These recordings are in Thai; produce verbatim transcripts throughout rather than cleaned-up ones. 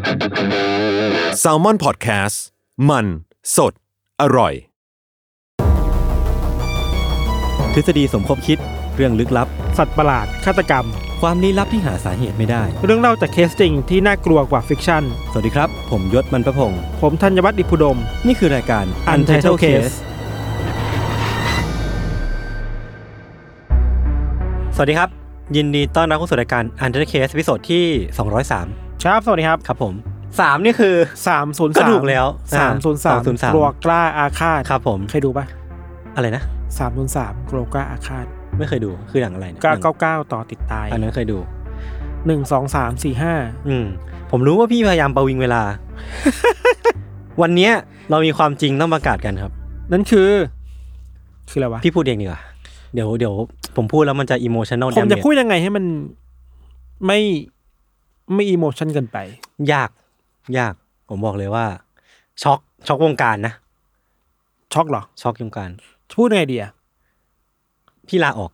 Salmon Podcast มันสดอร่อยทฤษฎีสมคบคิดเรื่องลึกลับสัตว์ประหลาดฆาตกรรมความลี้ลับที่หาสาเหตุไม่ได้เรื่องเล่าจากเคสจริงที่น่ากลัวกว่าฟิกชั่นสวัสดีครับผมยศมันประพงษ์ผมธัญวัฒน์อิพุดมนี่คือรายการ Untitled Case สวัสดีครับยินดีต้อนรับเข้าสู่รายการ Untitled Case ตอนที่สองร้อยสามครับสวัสดีครับครับผมสามนี่คือสามศูนย์สามก็ถูกแล้วสามศูนย์สามกลัวกล้าอาฆาตครับผมเคยดูป่ะอะไรนะสามศูนย์สามกลัวกล้าอาฆาตไม่เคยดูคือหนังอะไรเนี่ยเก้าเก้าเก้าต่อติดตายอันนั้นเคยดูหนึ่ง สอง สาม สี่ ห้าอืมผมรู้ว่าพี่พยายามประวิงเวลา วันนี้เรามีความจริงต้องประกาศกันครับนั่นคือคืออะไรวะพี่พูดเองดีกว่าเดี๋ยวเดี๋ยวผมพูดแล้วมันจะอิโมชันนอลผมจะพูดยังไงให้มันไม่ไม่อิโมชันเกินไปยากยากผมบอกเลยว่าช็อกช็อกวงการนะช็อกเหรอช็อกวงการพูดยังไงดีอ่ะพี่ลาออก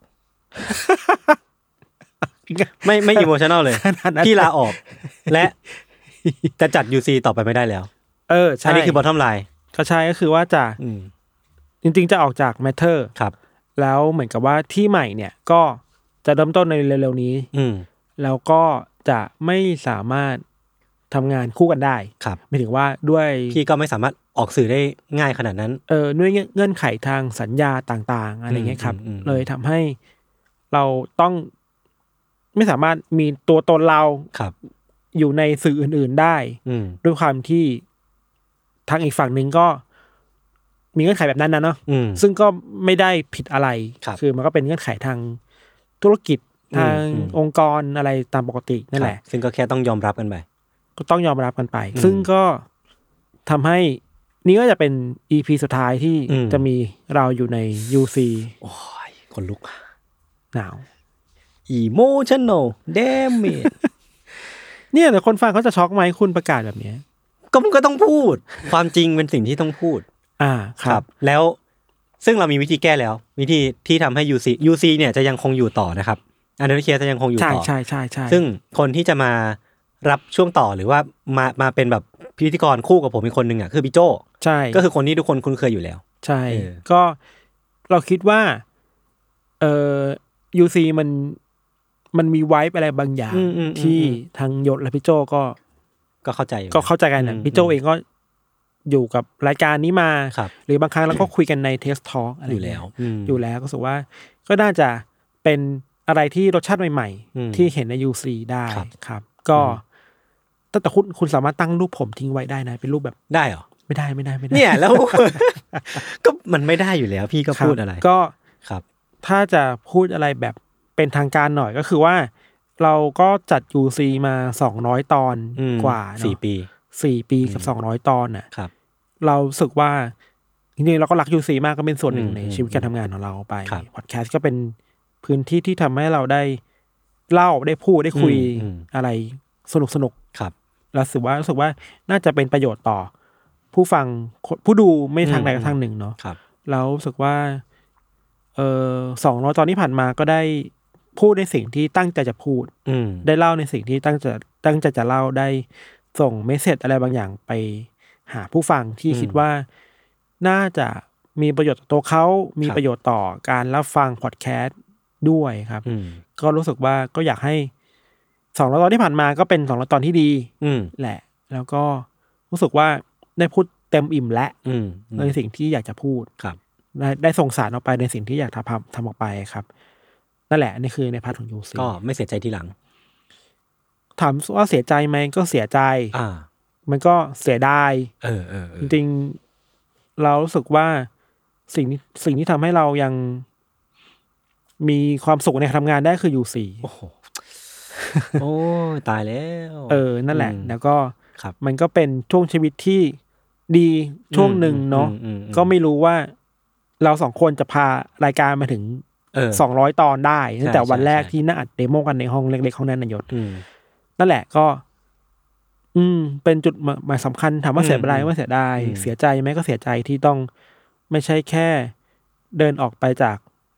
ไม่ไม่อิโมชันนอลเลยพี่ลาออกและจะจัด ยู ซี ต่อไปไม่ได้แล้วเออใช่อันนี้คือบอททอมไลน์ก็ใช่ก็คือว่าจะจริงๆจะออกจาก Matter ครับแล้วเหมือนกับว่าที่ใหม่เนี่ยก็จะเริ่มต้นในเร็วๆนี้แล้วก็จะไม่สามารถทำงานคู่กันได้หมายถึงว่าด้วยพี่ก็ไม่สามารถออกสื่อได้ง่ายขนาดนั้นเออด้วยเงื่อนไขทางสัญญาต่างๆอะไรเงี้ยครับเลยทำให้เราต้องไม่สามารถมีตัวตนเราอยู่ในสื่ออื่นๆได้ด้วยความที่ทางอีกฝั่งหนึ่งก็มีเงื่อนไขแบบนั้นนะเนาะซึ่งก็ไม่ได้ผิดอะไรคือมันก็เป็นเงื่อนไขทางธุรกิจทางองค์กรอะไรตามปกตินั่นแหละซึ่งก็แค่ต้องยอมรับกันไปก็ต้องยอมรับกันไปซึ่งก็ทำให้นี่ก็จะเป็น อี พี สุดท้ายที่จะมีเราอยู่ใน ยู ซีโอ้ยคนลุกหนาว emotional damage เนี่ยแต่คนฟังเขาจะช็อกไหมคุณประกาศแบบนี้ก็มันก็ต้องพูดความจริงเป็นสิ่งที่ต้องพูดอ่าครับแล้วซึ่งเรามีวิธีแก้แล้ววิธีที่ทำให้ ยู ซี ยู ซี เนี่ยจะยังคงอยู่ต่อนะครับอันนั้นเคสจะยังคงอยู่ต่อใช่ใช่ใช่ซึ่งคนที่จะมารับช่วงต่อหรือว่ามามาเป็นแบบพิธีกรคู่กับผมอีกคนนึงอ่ะคือพี่โจใช่ก็คือคนที่ทุกคนคุ้นเคยอยู่แล้วใช่ก็เราคิดว่าเอ่อ ยู ซี มันมันมีไวบ์อะไรบางอย่างที่ทางยศและพี่โจก็ก็เข้าใจก็เข้าใจกันนะพี่โจเองก็อยู่กับรายการนี้มาหรือบางครั้งเราก็คุยกันในเทสทอล์กอะไรอยู่แล้วอยู่แล้วก็รู้สึกว่าก็น่าจะเป็นอะไรที่รสชาติใหม่ๆที่เห็นใน ยู ซี ได้ครับก็แต่คุณคุณสามารถตั้งรูปผมทิ้งไว้ได้นะเป็นรูปแบบได้เหรอไม่ได้ไม่ได้ไม่ได้เนี่ยแล้ว ก็มันไม่ได้อยู่แล้วพี่ก็พูดอะไรก็ครับถ้าจะพูดอะไรแบบเป็นทางการหน่อยก็คือว่าเราก็จัด ยู ซี มาสองร้อยตอนกว่าเนาะสี่ปีสี่ปีกับสองร้อยตอนน่ะเรารู้สึกว่าจริงๆเราก็รัก ยู ซี มากก็เป็นส่วนหนึ่งในชีวิตการทำงานของเราไปพอดแคสต์ก็เป็นพื้นที่ที่ทำให้เราได้เล่าได้พูดได้คุยอะไรสนุกสนุกครับแล้วรู้สึกว่ารู้สึกว่าน่าจะเป็นประโยชน์ต่อผู้ฟังผู้ดูไม่ทางใดก็ทางหนึ่งเนาะแล้วรู้สึกว่าเออสองร้อยตอนที่ผ่านมาก็ได้พูดในสิ่งที่ตั้งใจจะพูดได้เล่าในสิ่งที่ตั้งใจตั้งใจจะเล่าได้ส่งเมสเสจอะไรบางอย่างไปหาผู้ฟังที่คิดว่าน่าจะมีประโยชน์ต่อตัวเขามีประโยชน์ต่อการรับฟังพอดแคสต์ด้วยครับก็รู้สึกว่าก็อยากให้สองร้อยตอนที่ผ่านมาก็เป็นสองร้อยตอนที่ดีแหละแล้วก็รู้สึกว่าได้พูดเต็มอิ่มและในสิ่งที่อยากจะพูดได้ได้ส่งสารออกไปในสิ่งที่อยากทำทำออกไปครับนั่นแหละนี่คือในพาร์ทของ ยู ซีก็ไม่เสียใจทีหลังถามว่าเสียใจไหมก็เสียใจอ่ามันก็เสียดายเออเออจริงๆเรารู้สึกว่าสิ่งที่สิ่งที่ทำให้เรายังมีความสุขในการทำงานได้คือ ยู ซีโอ้โหโอ้ตายแล้วเออนั่นแหละแล้วก็มันก็เป็นช่วงชีวิตที่ดีช่วงหนึ่งเนาะก็ไม่รู้ว่าเราสองคนจะพารายการมาถึงสองร้อยตอนได้ตั้งแต่วันแรกที่น่าอัดเดโมกันในห้องเล็กๆห้องนั้นนายศนั่นแหละก็อืมเป็นจุดหมายสำคัญถามว่าเสียดายไม่เสียดายเสียใจไหมก็เสียใจที่ต้องไม่ใช่แค่เดินออกไปจาก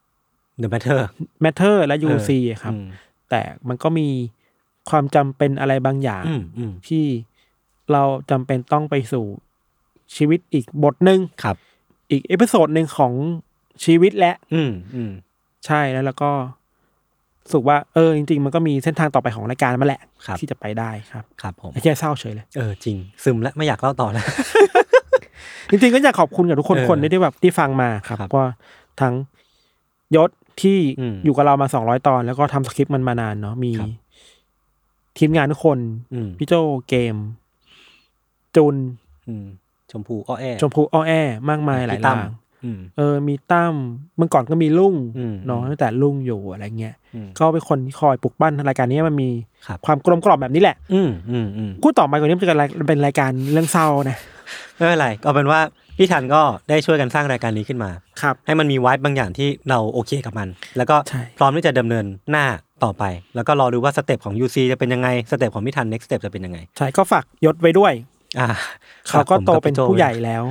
The Matter Matter และ ยู ซี ครับแต่มันก็มีความจำเป็นอะไรบางอย่างที่เราจำเป็นต้องไปสู่ชีวิตอีกบทนึงครับอีกเอพิโซดนึงของชีวิตและอืมอืมใช่แล้วแล้วก็รู้สึกว่าเออจริงๆมันก็มีเส้นทางต่อไปของรายการมาแหละที่จะไปได้ครับครับผมไอ้แค่เศร้าเฉยเลยเออจริงซึมแล้วไม่อยากเล่าต่อแล้วจริงๆก็อยากขอบคุณกับทุกคนคนที่แบบที่ฟังมาครับเพราะทั้งยศที่อยู่กับเรามาสองร้อยตอนแล้วก็ทำสคริปต์มันมานานเนาะมีทีมงานทุกคนพี่โจเกมจุนชมพูอ้อแอชมพูอ้อแอมากมายหลายอย่างเออมีตั้มเมื่อก่อนก็มีลุงเนาะตั้งแต่ลุงอยู่อะไรเงี้ยก็เป็นคนที่คอยปลุกปั้นรายการนี้มันมีความกลมกล่อมแบบนี้แหละพูดต่อไปกว่านี้มันจะเป็นรายการเรื่องเศร้านะไม่เป็นไรเอาเป็นว่าพี่ทันก็ได้ช่วยกันสร้างรายการนี้ขึ้นมาครับให้มันมีไวบ์บางอย่างที่เราโอเคกับมันแล้วก็พร้อมที่จะดำเนินหน้าต่อไปแล้วก็รอดูว่าสเต็ปของ ยู ซี จะเป็นยังไงสเต็ปของพี่ทัน next step จะเป็นยังไงใช่ก็ฝากยศไว้ด้วยอ่าเขาก็โตเป็นผู้ใหญ่แล้ว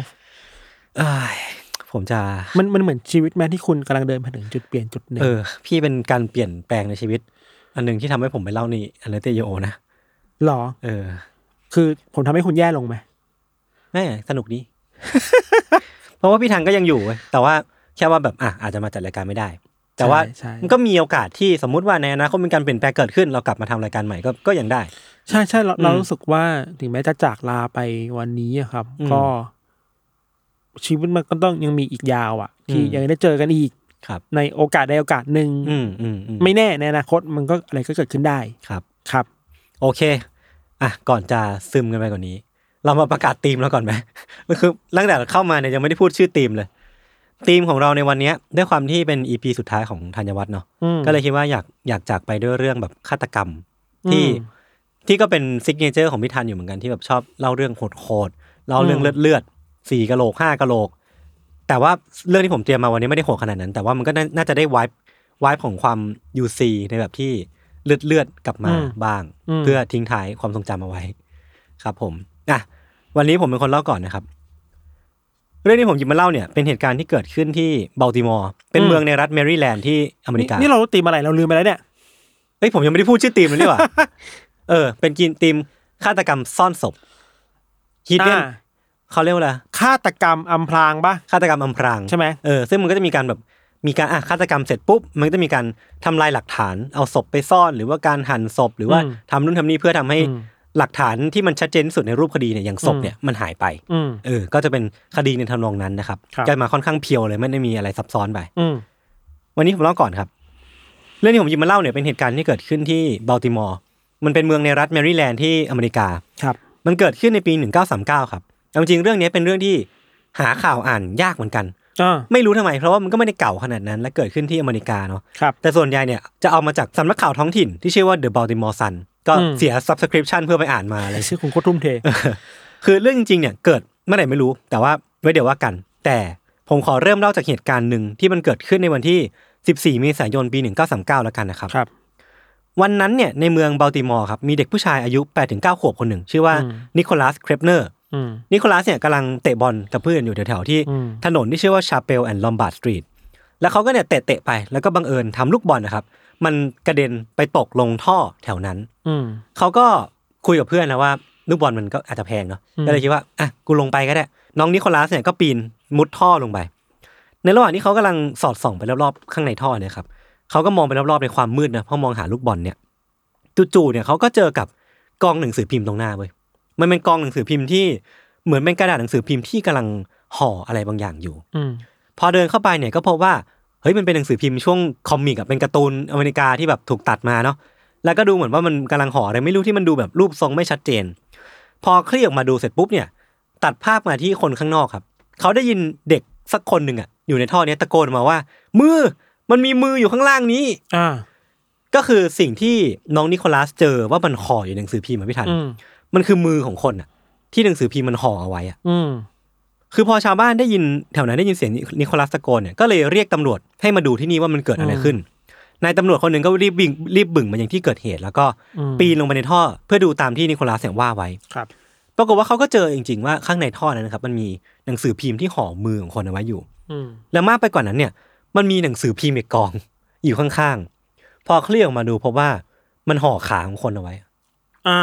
ผมจะมันมันเหมือนชีวิตแม่ที่คุณกำลังเดินมาถึงจุดเปลี่ยนจุดหนึ่งเออพี่เป็นการเปลี่ยนแปลงในชีวิตอันนึงที่ทำให้ผมไปเล่านี่อันเลเตโยนะหรอเออคือผมทำให้คุณแย่ลงไหมแม่สนุกดี เพราะว่าพี่ทันก็ยังอยู่เว้ยแต่ว่าแค่ว่าแบบอ่ะอาจจะมาจัดรายการไม่ได้แต่ว่ามันก็มีโอกาสที่สมมุติว่าในอนาคตมีการเปลี่ยนแปลงเกิดขึ้นเรากลับมาทำรายการใหม่ก็ก็ยังได้ใช่ใช่เราเรารู้สึกว่าถึงแม้จะจากลาไปวันนี้อะครับก็ชีวิตมันก็ต้องยังมีอีกยาวอ่ะที่ยังได้เจอกันอีกในโอกาสใดโอกาสหนึ่งไม่แน่ในอนาคตมันก็อะไรก็เกิดขึ้นได้ครับครับโอเคอ่ะก่อนจะซึมกันไปกว่านี้เรามาประกาศธีมแล้วก่อนไหมก็คือตั้งแต่เข้ามาเนี่ยยังไม่ได้พูดชื่อธีมเลยธีมของเราในวันนี้ด้วยความที่เป็น อี พี สุดท้ายของธัญวัฒน์เนาะก็เลยคิดว่าอยากอยากจากไปด้วยเรื่องแบบฆาตกรรมที่ที่ก็เป็นซิกเนเจอร์ของพี่ทันอยู่เหมือนกันที่แบบชอบเล่าเรื่องโหดๆเล่าเรื่องเลือดเลือดสี่กะโหลกห้ากะโหลกแต่ว่าเรื่องที่ผมเตรียมมาวันนี้ไม่ได้โหดขนาดนั้นแต่ว่ามันก็น่าจะได้ไวบ์ไวบ์ของความ ยู ซี ในแบบที่เลือดเลือดกลับมาบ้างเพื่อทิ้งท้ายความทรงจำเอาไว้ครับผมอ่ะวันนี้ผมเป็นคนเล่าก่อนนะครับเรื่องที่ผมหยิบมาเล่าเนี่ยเป็นเหตุการณ์ที่เกิดขึ้นที่บัลติมอร์เป็นเมืองในรัฐแมริแลนด์ที่อเมริกานี่เราตีมอะไรเราลืมไปแล้วเนี่ยเฮ้ยผมยังไม่ได้พูดชื่อตีมเลยนี่หว่า เออเป็นกินตีมฆาตกรรมซ่อนศพฮิดเด้นเขาเรียกว่าอะไรฆาตกรรมอำพรางป่ะฆาตกรรมอำพรางใช่ไหมเออซึ่งมันก็จะมีการแบบมีการอ่ะฆาตกรรมเสร็จปุ๊บมันก็จะมีการทำลายหลักฐานเอาศพไปซ่อนหรือว่าการหั่นศพหรือว่าทำนู่นทำนี่เพื่อทำให้หลักฐานที่มันชัดเจนที่สุดในรูปคดีเนี่ยอย่างศพเนี่ยมันหายไปเออก็จะเป็นคดีในทำนองนั้นนะครับจะมาค่อนข้างเพียวเลยไม่ได้มีอะไรซับซ้อนไปวันนี้ผมเล่าก่อนครับเรื่องที่ผมหยิบมาเล่าเนี่ยเป็นเหตุการณ์ที่เกิดขึ้นที่บัลติมอร์มันเป็นเมืองในรัฐแมริแลนด์ที่อเมริกาครับมันเกิดขึ้นในปีหนึ่งเก้าสามเก้าครับจริงๆเรื่องนี้เป็นเรื่องที่หาข่าวอ่านยากเหมือนกันไม่รู้ทำไมเพราะว่ามันก็ไม่ได้เก่าขนาดนั้นและเกิดขึ้นที่อเมริกาเนาะแต่ส่วนใหญ่เนี่ยจะเอามาจากสำนักข่าวท้องถิ่นที่ชื่อว่า The Baltimore Sun ก็เสีย subscription เพื่อไปอ่านมาอะไรชื่อคุณโคตรทุ่มเทคือเรื่องจริงๆเนี่ยเกิดเมื่อไหร่ไม่รู้แต่ว่าไว้เดี๋ยวว่ากันแต่ผมขอเริ่มเล่าจากเหตุการณ์นึงที่มันเกิดขึ้นในวันที่สิบสี่เมษายนปีหนึ่งเก้าสามเก้าแล้วกันนะครับครับวันนั้นเนี่ยในเมืองบัลติมอร์ครับมีเด็กผู้ชายอายุ แปดถึงเก้า ขวบคนหนึ่งชื่อว่านิโคลัสเครปเนอร์นิโคลัสเนี่ยกำลังเตะบอลกับเพื่อนอยู่แถวๆที่ถนนที่ชื่อว่าชาเปลแอนด์ลอมบาร์ดสตรีทแล้วเขาก็เนี่ยเตะๆไปแล้วก็บังเอิญทำลูกบอลนะครับมันกระเด็นไปตกลงท่อแถวนั้นเขาก็คุยกับเพื่อนนะว่าลูกบอลมันก็อาจจะแพงเนาะก็เลยคิดว่าอ่ะกูลงไปก็ได้น้องนิโคลัสเนี่ยก็ปีนมุดท่อลงไปในระหว่างที่เขากำลังสอดส่องไปรอบๆข้างในท่อเนี่ยครับเขาก็มองไปรอบๆในความมืดนะเพราะมองหาลูกบอลเนี่ยจู่ๆเนี่ยเขาก็เจอกับกองหนังสือพิมพ์ตรงหน้าเว้ยมันเป็นกองหนังสือพิมพ์ที่เหมือนเป็นกระดาษหนังสือพิมพ์ที่กำลังห่ออะไรบางอย่างอยู่พอเดินเข้าไปเนี่ยก็พบว่าเฮ้ยมันเป็นหนังสือพิมพ์ช่วงคอมิกอ่ะเป็นการ์ตูนอเมริกาที่แบบถูกตัดมาเนาะแล้วก็ดูเหมือนว่ามันกำลังห่ออะไรไม่รู้ที่มันดูแบบรูปทรงไม่ชัดเจนพอคลี่ออกมาดูเสร็จปุ๊บเนี่ยตัดภาพมาที่คนข้างนอกครับเขาได้ยินเด็กสักคนหนึ่งอ่ะอยู่ในท่อนี้ตะโกนมาว่ามือมันมีมืออยู่ข้างล่างนี้อ่าก็คือสิ่งที่น้องนิโคลัสเจอว่ามันห่ออยู่ในหนังสือพิมพ์พี่ทันมันคือมือของคนอ่ะที่หนังสือพิมพ์มันห่อเอาไว้อ่ะคือพอชาวบ้านได้ยินแถวนั้นได้ยินเสียงนิโคลัสตะโกนเนี่ยก็เลยเรียกตำรวจให้มาดูที่นี่ว่ามันเกิดอะไรขึ้นนายตำรวจคนหนึ่งก็รีบบิ่งรีบบึ่งมาอย่างที่เกิดเหตุแล้วก็ปีนลงไปในท่อเพื่อดูตามที่นิโคลัสเนี่ยว่าไว้ครับปรากฏว่าเขาก็เจอจริงๆว่าข้างในท่อนั้นนะครับมันมีหนังสือพิมพ์ที่ห่อมือของคนเอาไว้อยู่แล้วมากไปกว่านั้นเนี่ยมันมีหนังสือพิมพ์อีกกองอยู่ข้างๆพอเคลี่ยออกมาดูพบว่ามันห่อขาของคนเอาไว้อ่า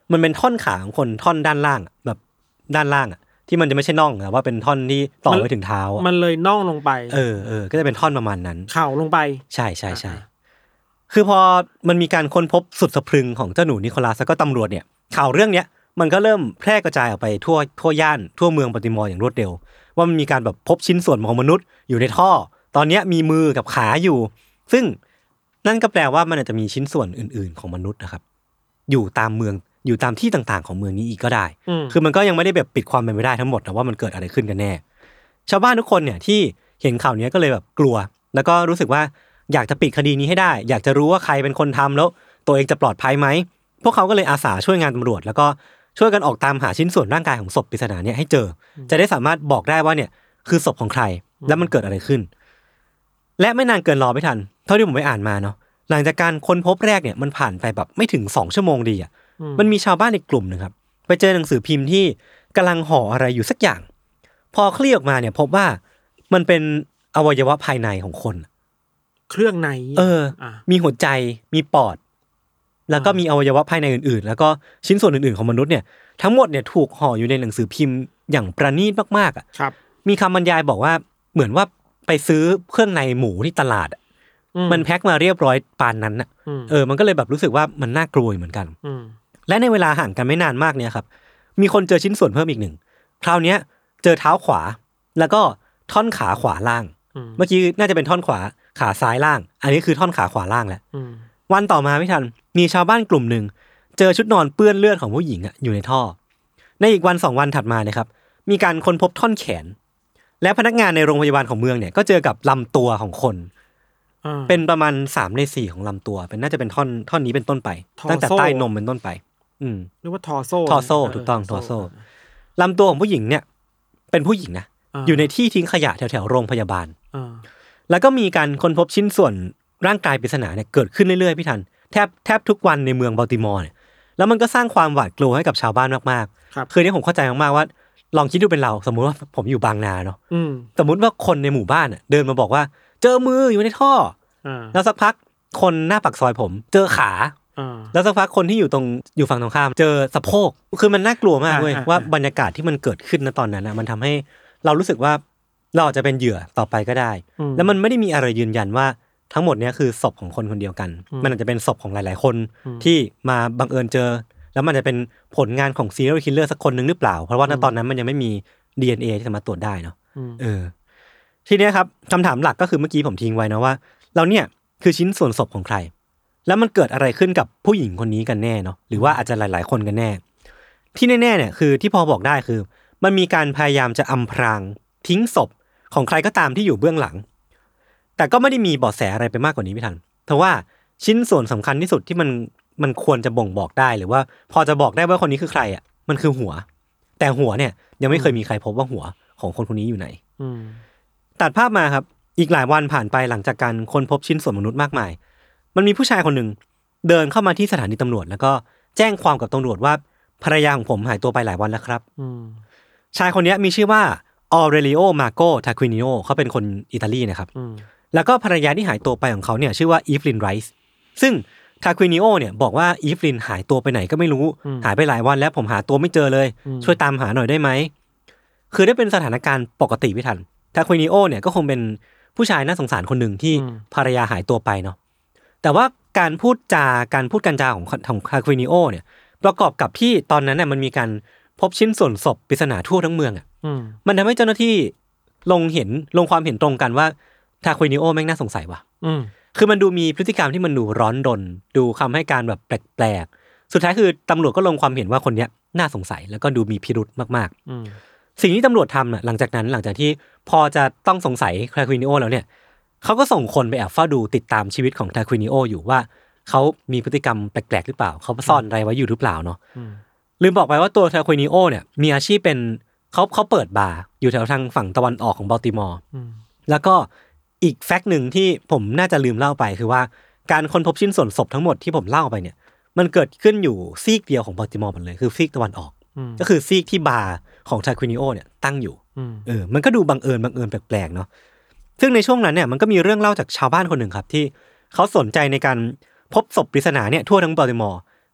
มันเป็นท่อนขาของคนท่อนด้านล่างแบบด้านล่างอ่ะที่มันจะไม่ใช่น่องแต่ว่าเป็นท่อนที่ต่อไปถึงเท้ามันเลยน่องลงไปเออเออก็จะเป็นท่อนประมาณนั้นเข่าลงไปใช่ใช่ใช่คือพอมันมีการค้นพบสุดสะพรึงของเจ้าหนูนิโคลัสแล้วก็ตำรวจเนี่ยข่าวเรื่องเนี้ยมันก็เริ่มแพร่กระจายออกไปทั่วทั่วย่านทั่วเมืองบัลติมอร์อย่างรวดเร็วว่ามันมีการแบบพบชิ้นส่วนของมนุษย์อยู่ในท่อตอนนี้มีมือกับขาอยู่ซึ่งนั่นก็แปลว่ามันอาจจะมีชิ้นส่วนอื่นๆของมนุษย์นะครับอยู่ตามเมืองอยู่ตามที่ต่างๆของเมืองนี้อีกก็ได้คือมันก็ยังไม่ได้แบบปิดความเป็นไปได้ทั้งหมดนะว่ามันเกิดอะไรขึ้นกันแน่ชาวบ้านทุกคนเนี่ยที่เห็นข่าวนี้ก็เลยแบบกลัวแล้วก็รู้สึกว่าอยากจะปิดคดีนี้ให้ได้อยากจะรู้ว่าใครเป็นคนทำแล้วตัวเองจะปลอดภัยไหมพวกเขาก็เลยอาสาช่วยงานตำรวจแล้วก็ช่วยกันออกตามหาชิ้นส่วนร่างกายของศพปริศนาเนี่ยให้เจอจะได้สามารถบอกได้ว่าเนี่ยคือศพของใครแล้วมันเกิดอะไรขึ้นและไม่นานเกินรอไม่ทันเท่าที่ผมไปอ่านมาเนาะหลังจากการค้นพบแรกเนี่ยมันผ่านไปแบบไม่ถึงสองชั่วโมงดีอ่ะมันมีชาวบ้านอีกกลุ่มนึงครับไปเจอหนังสือพิมพ์ที่กำลังห่ออะไรอยู่สักอย่างพอคลี่ออกมาเนี่ยพบว่ามันเป็นอวัยวะภายในของคนเครื่องในเออมีหัวใจมีปอดแล้วก็มีอวัยวะภายในอื่นๆแล้วก็ชิ้นส่วนอื่นๆของมนุษย์เนี่ยทั้งหมดเนี่ยถูกห่ออยู่ในหนังสือพิมพ์อย่างประณีตมากๆอ่ะมีคำบรรยายบอกว่าเหมือนว่าไปซื้อเครื่องในหมูที่ตลาดมันแพ็คมาเรียบร้อยปานนั้นน่ะเออมันก็เลยแบบรู้สึกว่ามันน่ากลัวเหมือนกันและในเวลาห่างกันไม่นานมากเนี่ยครับมีคนเจอชิ้นส่วนเพิ่มอีกหนึ่งคราวนี้เจอเท้าขวาแล้วก็ท่อนขาขวาล่างเมื่อกี้น่าจะเป็นท่อนขวาขาซ้ายล่างอันนี้คือท่อนขาขวาล่างแหละวันต่อมาไม่ทันมีชาวบ้านกลุ่มหนึ่งเจอชุดนอนเปื้อนเลือดของผู้หญิงอ่ะอยู่ในท่อในอีกวันสองวันถัดมาเนี่ยครับมีการค้นพบท่อนแขนและพนักงานในโรงพยาบาลของเมืองเนี่ยก็เจอกับลำตัวของคนเป็นประมาณสามในสี่ของลำตัวเป็นน่าจะเป็นท่อนท่อนนี้เป็นต้นไปตั้งแต่ใต้นมเป็นต้นไปอืมเรียกว่าทอโซทอโซถูกต้องทอโซลำตัวของผู้หญิงเนี่ยเป็นผู้หญิงนะอยู่ในที่ทิ้งขยะแถวๆโรงพยาบาลแล้วก็มีการค้นพบชิ้นส่วนร่างกายปริศนาเนี่ยเกิดขึ้นเรื่อยๆพี่ทันแทบแทบทุกวันในเมืองบัลติมอร์เนี่ยแล้วมันก็สร้างความหวาดกลัวให้กับชาวบ้านมากๆคือเนี่ยผมเข้าใจมากๆว่าลองคิดดูเป็นเราสมมุติว่าผมอยู่บางนาเนาะสมมุติว่าคนในหมู่บ้านเดินมาบอกว่าเจอมืออยู่ในท่อแล้วสักพักคนหน้าปากซอยผมเจอขาแล้วสักพักคนที่อยู่ตรงอยู่ฝั่งตรงข้ามเจอสะโพกคือมันน่ากลัวมากเว้ยว่าบรรยากาศที่มันเกิดขึ้นณตอนนั้นนะมันทำให้เรารู้สึกว่าเราอาจจะเป็นเหยื่อต่อไปก็ได้แล้วมันไม่ได้มีอะไรยืนยันว่าทั้งหมดนี้คือศพของคนคนเดียวกันมันอาจจะเป็นศพของหลายๆคนที่มาบังเอิญเจอแล้วมันจะเป็นผลงานของซีเรียลคิลเลอร์สักคนนึงหรือเปล่าเพราะว่าณตอนนั้นมันยังไม่มี ดี เอ็น เอ ที่จะมาตรวจได้เนาะเออทีนี้ครับคำถามหลักก็คือเมื่อกี้ผมทิ้งไว้นะว่าเราเนี่ยคือชิ้นส่วนศพของใครแล้วมันเกิดอะไรขึ้นกับผู้หญิงคนนี้กันแน่เนาะหรือว่าอาจจะหลายๆคนกันแน่ที่แน่ๆเนี่ยคือที่พอบอกได้คือมันมีการพยายามจะอำพรางทิ้งศพของใครก็ตามที่อยู่เบื้องหลังแต่ก็ไม่ได้มีเบาะแสอะไรไปมากกว่านี้พี่ทันเพราะว่าชิ้นส่วนสำคัญที่สุดที่มันมันควรจะบ่งบอกได้หรือว่าพอจะบอกได้ว่าคนนี้คือใครอ่ะมันคือหัวแต่หัวเนี่ยยังไม่เคยมีใครพบว่าหัวของคนคนนี้อยู่ไหนตัดภาพมาครับอีกหลายวันผ่านไปหลังจากการค้นพบชิ้นส่วนมนุษย์มากมายมันมีผู้ชายคนหนึ่งเดินเข้ามาที่สถานีตำรวจแล้วก็แจ้งความกับตำรวจว่าภรรยาของผมหายตัวไปหลายวันแล้วครับชายคนนี้มีชื่อว่าออเรลิโอมาโกทาควินิโอเขาเป็นคนอิตาลีนะครับแล้วก็ภรรยาที่หายตัวไปของเขาเนี่ยชื่อว่าอีฟลินไรส์ซึ่งทาควินิโอเนี่ยบอกว่าอีฟลินหายตัวไปไหนก็ไม่รู้หายไปหลายวันแล้วผมหาตัวไม่เจอเลยช่วยตามหาหน่อยได้ไหมคือได้เป็นสถานการณ์ปกติพี่ทันทาควินิโอเนี่ยก็คงเป็นผู้ชายน่าสงสารคนหนึ่งที่ภรรยาหายตัวไปเนาะแต่ว่าการพูดจาการพูดกันจาของของทาควินิโอเนี่ยประกอบกับที่ตอนนั้นน่ะมันมีการพบชิ้นส่วนศพปริศนาทั่วทั้งเมืองอ่ะมันทำให้เจ้าหน้าที่ลงเห็นลงความเห็นตรงกันว่าทาควินิโอแม่งน่าสงสัยว่ะคือมันดูมีพฤติกรรมที่มันดูร้อนรนดูคำให้การแบบแปลกๆสุดท้ายคือตำรวจก็ลงความเห็นว่าคนเนี้ยน่าสงสัยแล้วก็ดูมีพิรุธมากๆสิ่งที่ตำรวจทำน่ะหลังจากนั้นหลังจากที่พอจะต้องสงสัยทาควินิโอแล้วเนี่ยเขาก็ส่งคนไปแอบเฝ้าดูติดตามชีวิตของทาควินิโออยู่ว่าเขามีพฤติกรรมแปลกๆหรือเปล่าเขาซ่อนอะไรไว้อยู่หรือเปล่าเนาะลืมบอกไปว่าตัวทาควินิโอเนี่ยมีอาชีพเป็นเขาเขาเปิดบาร์อยู่แถวทางฝั่งตะวันออกของบัลติมอร์แล้วก็อีกแฟกต์หนึ่งที่ผมน่าจะลืมเล่าไปคือว่าการค้นพบชิ้นส่วนศพทั้งหมดที่ผมเล่าไปเนี่ยมันเกิดขึ้นอยู่ซีกเดียวของบัลติมอร์หมดเลยคือซีกตะวันออกก็คือซีกที่บาร์ของทาควินิโอเนี่ยตั้งอยู่เออมันก็ดูบังเอิญบังเอิญแปลกๆเนาะซึ่งในช่วงนั้นเนี่ยมันก็มีเรื่องเล่าจากชาวบ้านคนหนึ่งครับที่เขาสนใจในการพบศพปริศนาเนี่ยทั่วทั้งบัลติมอร์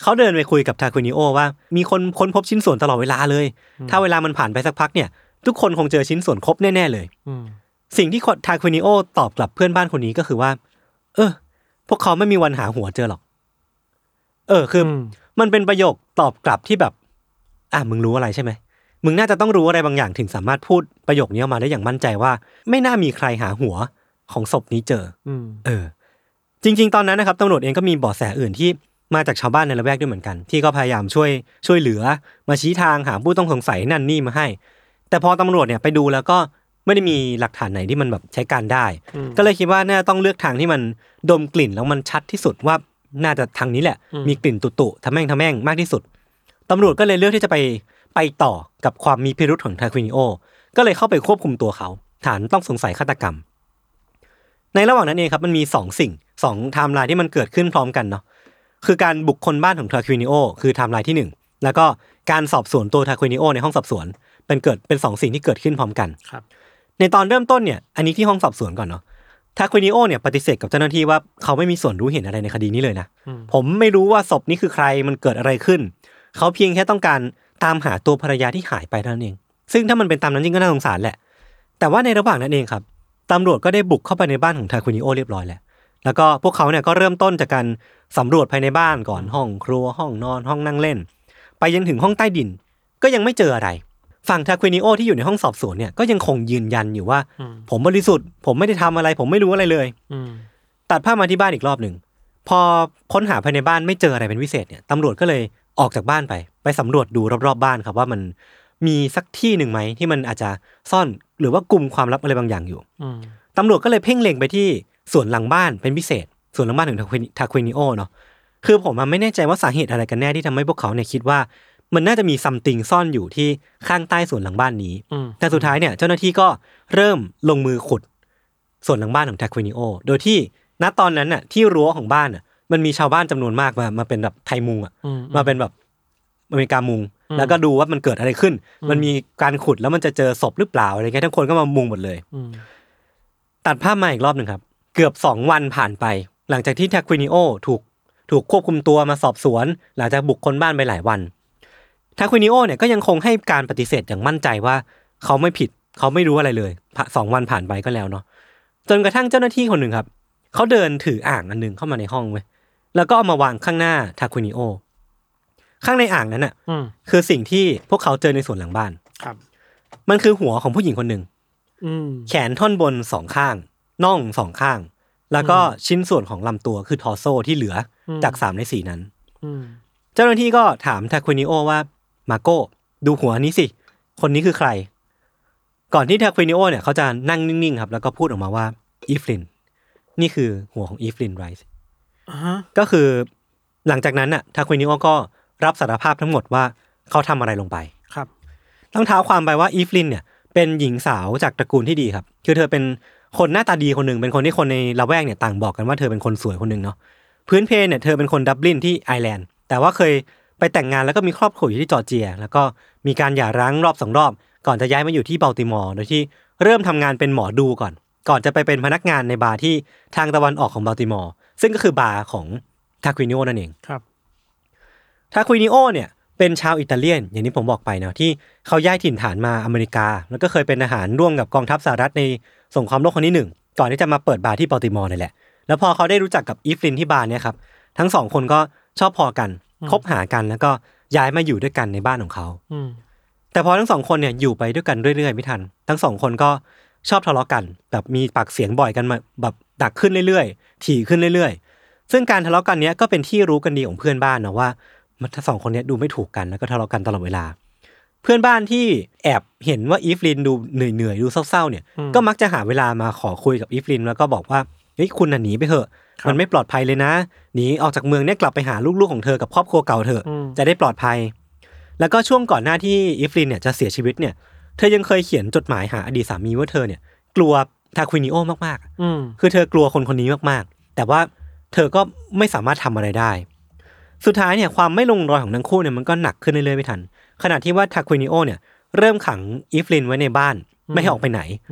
เขาเดินไปคุยกับทาคุนิโอว่ามีคนค้นพบชิ้นส่วนตลอดเวลาเลยถ้าเวลามันผ่านไปสักพักเนี่ยทุกคนคงเจอชิ้นส่วนครบแน่ๆเลยสิ่งที่ทาคุนิโอตอบกลับเพื่อนบ้านคนนี้ก็คือว่าเออพวกเขาไม่มีวันหาหัวเจอหรอกเออคือมันเป็นประโยคตอบกลับที่แบบอ่ะมึงรู้อะไรใช่ไหมมึงน่าจะต้องรู้อะไรบางอย่างถึงสามารถพูดประโยคนี้ออกมาได้อย่างมั่นใจว่าไม่น่ามีใครหาหัวของศพนี้เจอเออจริงๆตอนนั้นนะครับตำรวจเองก็มีเบาะแสอื่นที่มาจากชาวบ้านในละแวกด้วยเหมือนกันที่ก็พยายามช่วยช่วยเหลือมาชี้ทางหาผู้ต้องสงสัยนั่นนี่มาให้แต่พอตำรวจเนี่ยไปดูแล้วก็ไม่ได้มีหลักฐานไหนที่มันแบบใช้การได้ก็เลยคิดว่าน่าต้องเลือกทางที่มันดมกลิ่นแล้วมันชัดที่สุดว่าน่าจะทางนี้แหละมีกลิ่นตุๆทำแม่งทำแม่งมากที่สุดตำรวจก็เลยเลือกที่จะไปไปต่อกับความมีพิรุธของทาคุนิโอก็เลยเข้าไปควบคุมตัวเขาฐานต้องสงสัยฆาตกรรมในระหว่างนั้นเองครับมันมีสองสิ่งสองไทม์ไลน์ที่มันเกิดขึ้นพร้อมกันเนาะคือการบุกคนบ้านของทาคุนิโอคือไทม์ไลน์ที่หนึ่งแล้วก็การสอบสวนตัวทาคุนิโอในห้องสอบสวนเป็นเกิดเป็นสองสิ่งที่เกิดขึ้นพร้อมกันครับในตอนเริ่มต้นเนี่ยอันนี้ที่ห้องสอบสวนก่อนเนาะทาคุนิโอเนี่ยปฏิเสธกับเจ้าหน้าที่ว่าเขาไม่มีส่วนรู้เห็นอะไรในคดีนี้เลยนะผมไม่รู้ว่าศพนี้คือใครมันเกิดอะไรขึ้นเขาเพียงแค่ต้องการตามหาตัวภรรยาที่หายไปเท่านั้นเองซึ่งถ้ามันเป็นตามนั้นจริงก็น่าสงสารแหละแต่ว่าในระหว่างนั้นเองครับตำรวจก็ได้บุกเข้าไปในบ้านของทาคุนิโอเรียบร้อยแล้วแล้วก็พวกเขาเนี่ยก็เริ่มต้นจากการสำรวจภายในบ้านก่อนห้องครัวห้องนอนห้องนั่งเล่นไปยังถึงห้องใต้ดินก็ยังไม่เจออะไรฝั่งทาคุนิโอที่อยู่ในห้องสอบสวนเนี่ยก็ยังคงยืนยันอยู่ว่าผมบริสุทธิ์ผมไม่ได้ทำอะไรผมไม่รู้อะไรเลยตัดภาพมาที่บ้านอีกรอบหนึ่งพอค้นหาภายในบ้านไม่เจออะไรเป็นพิเศษเนี่ยตำรวจก็เลยออกจากบ้านไปไปสำรวจดูรอบๆบ้านครับว่ามันมีสักที่หนึ่งไหมที่มันอาจจะซ่อนหรือว่ากุมความลับอะไรบางอย่างอยู่ตำรวจก็เลยเพ่งเล็งไปที่สวนหลังบ้านเป็นพิเศษสวนหลังบ้านของทาคุนิโอเนาะคือผมไม่แน่ใจว่าสาเหตุอะไรกันแน่ที่ทำให้พวกเขาเนี่ยคิดว่ามันน่าจะมีซัมติงซ่อนอยู่ที่ข้างใต้สวนหลังบ้านนี้แต่สุดท้ายเนี่ยเจ้าหน้าที่ก็เริ่มลงมือขุดสวนหลังบ้านของทาคุนิโอโดยที่ณตอนนั้นน่ะที่รั้วของบ้านน่ะมันมีชาวบ้านจำนวนมากมามาเป็นแบบไทยมุงอ่ะมาเป็นแบบอเมริกามุงแล้วก็ดูว่ามันเกิดอะไรขึ้นมันมีการขุดแล้วมันจะเจอศพหรือเปล่าอะไรเงี้ยทั้งคนก็มามุงหมดเลยตัดภาพมาอีกรอบหนึ่งครับเกือบสองวันผ่านไปหลังจากที่ทาคุนิโอถูกถูกควบคุมตัวมาสอบสวนหลังจากบุกคนบ้านไปหลายวันทาคุนิโอเนี่ยก็ยังคงให้การปฏิเสธอย่างมั่นใจว่าเขาไม่ผิดเขาไม่รู้อะไรเลยสองวันผ่านไปก็แล้วเนาะจนกระทั่งเจ้าหน้าที่คนหนึ่งครับเขาเดินถืออ่างอันนึงเข้ามาในห้องเว้ยแล้วก็เอามาวางข้างหน้าทาคุนิโอข้างในอ่างนั้นน่ะคือสิ่งที่พวกเขาเจอในสวนหลังบ้านครับมันคือหัวของผู้หญิงคนหนึ่งแขนท่อนบนสองข้างน่องสองข้างแล้วก็ชิ้นส่วนของลำตัวคือทอร์โซที่เหลือจากสามในสี่นั้นเจ้าหน้าที่ก็ถามทาคุนิโอว่ามาโก้ดูหัวนี้สิคนนี้คือใครก่อนที่ทาคุนิโอเนี่ยเขาจะนั่งนิ่งๆครับแล้วก็พูดออกมาว่าอีฟลินนี่คือหัวของอีฟลินไรส์ก็คือหลังจากนั้นน่ะทาคุนิโอก็รับสารภาพทั้งหมดว่าเขาทำอะไรลงไปครับต้องเท้าความไปว่าอีฟลินเนี่ยเป็นหญิงสาวจากตระกูลที่ดีครับคือเธอเป็นคนหน้าตาดีคนหนึ่งเป็นคนที่คนในละแวกเนี่ยต่างบอกกันว่าเธอเป็นคนสวยคนหนึ่งเนาะพื้นเพเนี่ยเธอเป็นคนดับลินที่ไอร์แลนด์แต่ว่าเคยไปแต่งงานแล้วก็มีครอบครัวอยู่ที่จอร์เจียแล้วก็มีการหย่าร้างรอบสองรอบก่อนจะย้ายมาอยู่ที่บัลติมอร์โดยที่เริ่มทำงานเป็นหมอดูก่อนก่อนจะไปเป็นพนักงานในบาร์ที่ทางตะวันออกของบัลติมอร์ซึ่งก็คือบาร์ของทาคุนิโอนั่นเองครับทาคุนิโอเนี่ยเป็นชาวอิตาเลียนอย่างที่ผมบอกไปเนาะที่เขาย้ายถิ่นฐานมาอเมริกาแล้วก็เคยเป็นทหารร่วมกับกองทัพสหรัฐในสงครามโลกครั้งที่หนึ่งก่อนที่จะมาเปิดบาร์ที่บัลติมอร์นี่แหละแล้วพอเขาได้รู้จักกับอีฟลินที่บาร์เนี่ยครับทั้งสองคนก็ชอบพอกันคบหากันแล้วก็ย้ายมาอยู่ด้วยกันในบ้านของเขาแต่พอทั้งสองคนเนี่ยอยู่ไปด้วยกันเรื่อยๆไม่ทันทั้งสองคนก็ชอบทะเลาะกันแบบมีปากเสียงบ่อยกันมาแบบดักขึ้นเรื่อยๆถี่ขึ้นเรื่อยๆซึ่งการทะเลาะกันเนี้ยก็เป็นที่รู้กันดีของเพื่อนบ้านนะว่าทั้งสองคนนี้ดูไม่ถูกกันแล้วก็ทะเลาะกันตลอดเวลาเพื่อนบ้านที่แอบเห็นว่าอีฟลินดูเหนื่อยๆดูเศร้าๆเนี่ยก็มักจะหาเวลามาขอคุยกับอีฟลินแล้วก็บอกว่าเฮ้ยคุณน่ะหนีไปเถอะมันไม่ปลอดภัยเลยนะหนีออกจากเมืองเนี่ยกลับไปหาลูกๆของเธอกับครอบครัวเก่าเถอะจะได้ปลอดภัยแล้วก็ช่วงก่อนหน้าที่อีฟลินเนี่ยจะเสียชีวิตเนี่ยเธอยังเคยเขียนจดหมายหาอดีตสามีว่าเธอเนี่ยกลัวทาคุนิโอมากๆคือเธอกลัวคนคนนี้มากๆแต่ว่าเธอก็ไม่สามารถทำอะไรได้สุดท้ายเนี่ยความไม่ลงรอยของทั้งคู่เนี่ยมันก็หนักขึ้นเรื่อยๆไม่ทันขณะที่ว่าทาคุนิโอเนี่ยเริ่มขังอีฟลินไว้ในบ้านไม่ให้ออกไปไหน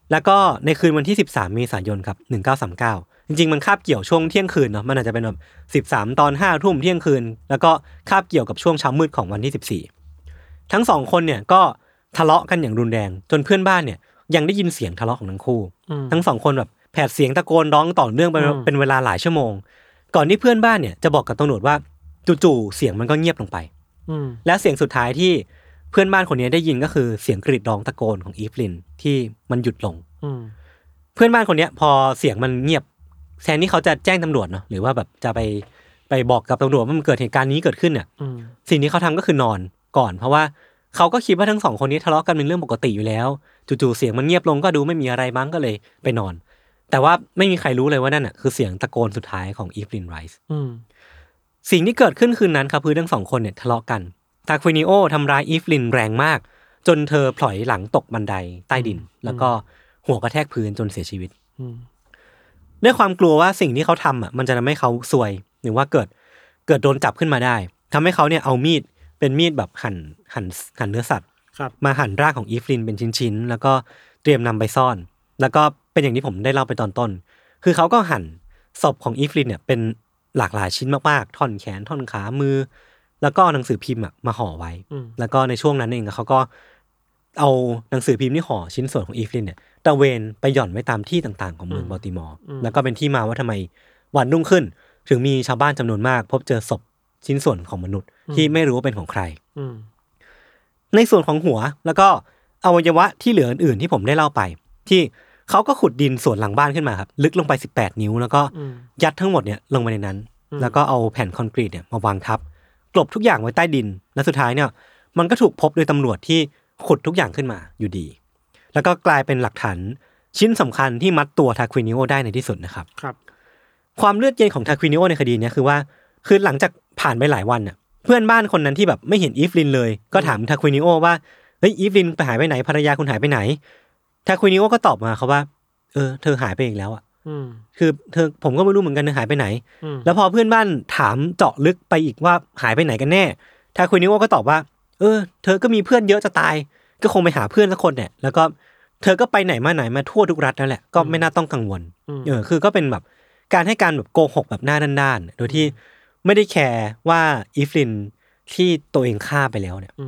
แล้วก็ในคืนวันที่สิบสามเมษายนครับหนึ่งพันเก้าร้อยสามสิบเก้าจริงๆมันคาบเกี่ยวช่วงเที่ยงคืนเนาะมันอาจจะเป็นแบบสิบสามตอนห้าทุ่มเที่ยงคืนแล้วก็คาบเกี่ยวกับช่วงเช้ามืดของวันที่สิบสี่ทั้งสองคนเนี่ยก็ทะเลาะกันอย่างรุนแรงจนเพื่อนบ้านเนี่ยยังได้ยินเสียงทะเลาะของทั้งคู่ทั้งสองคนแบบแผดเสียงตะโกนร้องต่อเนื่องไปเป็นเวลาหลายชั่วโมงก่อนที่เพื่อนบ้านเนี่ยจะบอกกับตำรวจว่าจู่ๆเสียงมันก็เงียบลงไปและเสียงสุดท้ายที่เพื่อนบ้านคนนี้ได้ยินก็คือเสียงกรีดร้องตะโกนของอีฟลินที่มันหยุดลงเพื่อนบ้านคนนี้พอเสียงมันเงียบแทนที่เขาจะแจ้งตำรวจเนาะหรือว่าแบบจะไปไปบอกกับตำรวจว่ามันเกิดเหตุการณ์นี้เกิดขึ้นเนี่ยสิ่งที่เขาทำก็คือนอนก่อนเพราะว่าเขาก็คิดว่าทั้งสองคนนี้ทะเลาะกันเป็นเรื่องปกติอยู่แล้วจู่ๆเสียงมันเงียบลงก็ดูไม่มีอะไรมั้งก็เลยไปนอนแต่ว่าไม่มีใครรู้เลยว่านั่นน่ะคือเสียงตะโกนสุดท้ายของอีฟลินไรส์สิ่งที่เกิดขึ้นคืนนั้นครับคือทั้งสองคนเนี่ยทะเลาะกันทาควินิโอทำร้ายอีฟลินแรงมากจนเธอพลอยหลังตกบันไดใต้ดินแล้วก็หัวกระแทกพื้นจนเสียชีวิตด้วยความกลัวว่าสิ่งที่เขาทำอ่ะมันจะทำให้เขาซวยหรือว่าเกิดเกิดโดนจับขึ้นมาได้ทำให้เขาเนี่ยเอามีดเป็นมีดแบบหั่นหั่นหั่นเนื้อสัตว์มาหั่นร่างของอีฟลินเป็นชิ้นๆแล้วก็เตรียมนำไปซ่อนแล้วก็เป็นอย่างที่ผมได้เล่าไปตอนต้นคือเขาก็หั่นศพของอีฟลินเนี่ยเป็นหลากหลายชิ้นมากๆท่อนแขนท่อนขามือแล้วก็หนังสือพิมพ์มาห่อไว้แล้วก็ในช่วงนั้นเองเขาก็เอาหนังสือพิมพ์ที่ห่อชิ้นส่วนของอีฟลินเนี่ยตะเวนไปหย่อนไว้ตามที่ต่างๆของเมืองบัลติมอร์แล้วก็เป็นที่มาว่าทำไมวันรุ่งขึ้นถึงมีชาวบ้านจำนวนมากพบเจอศพชิ้นส่วนของมนุษย์ที่ไม่รู้ว่าเป็นของใครในส่วนของหัวแล้วก็อวัยวะที่เหลืออื่นๆที่ผมได้เล่าไปที่เขาก็ขุดดินส่วนหลังบ้านขึ้นมาครับลึกลงไปสิบแปดนิ้วแล้วก็ยัดทั้งหมดเนี่ยลงไปในนั้นแล้วก็เอาแผ่นคอนกรีตเนี่ยมาวางทับกลบทุกอย่างไว้ใต้ดินและสุดท้ายเนี่ยมันก็ถูกพบโดยตำรวจที่ขุดทุกอย่างขึ้นมาอยู่ดีแล้วก็กลายเป็นหลักฐานชิ้นสำคัญที่มัดตัวทาควินิโอได้ในที่สุดนะครับครับความเลือดเย็นของทาควินิโอในคดีนี้คือว่าคือหลังจากผ่านไปหลายวันน่ะเพื่อนบ้านคนนั้นที่แบบไม่เห็นอีฟลินเลยก็ถามทาควินิโอว่าเฮ้ยอีฟลินไปหายไปไหนภรรยาคุณหายไปไหนทาควินิโอก็ตอบมาเขาว่าเออเธอหายไปอีกแล้วอ่ะคือเธอผมก็ไม่รู้เหมือนกันเธอหายไปไหนแล้วพอเพื่อนบ้านถามเจาะลึกไปอีกว่าหายไปไหนกันแน่ทาควินิโอก็ตอบว่าเออเธอก็มีเพื่อนเยอะจะตายก็คงไปหาเพื่อนสักคนเนี่ยแล้วก็เธอก็ไปไหนมาไหนมาทั่วทุกรัฐนั่นแหละก็ไม่น่าต้องกังวลเออคือก็เป็นแบบการให้การแบบโกหกแบบหน้าด้านๆโดยที่ไม่ได้แคร์ว่าอีฟลินที่ตัวเองฆ่าไปแล้วเนี่ย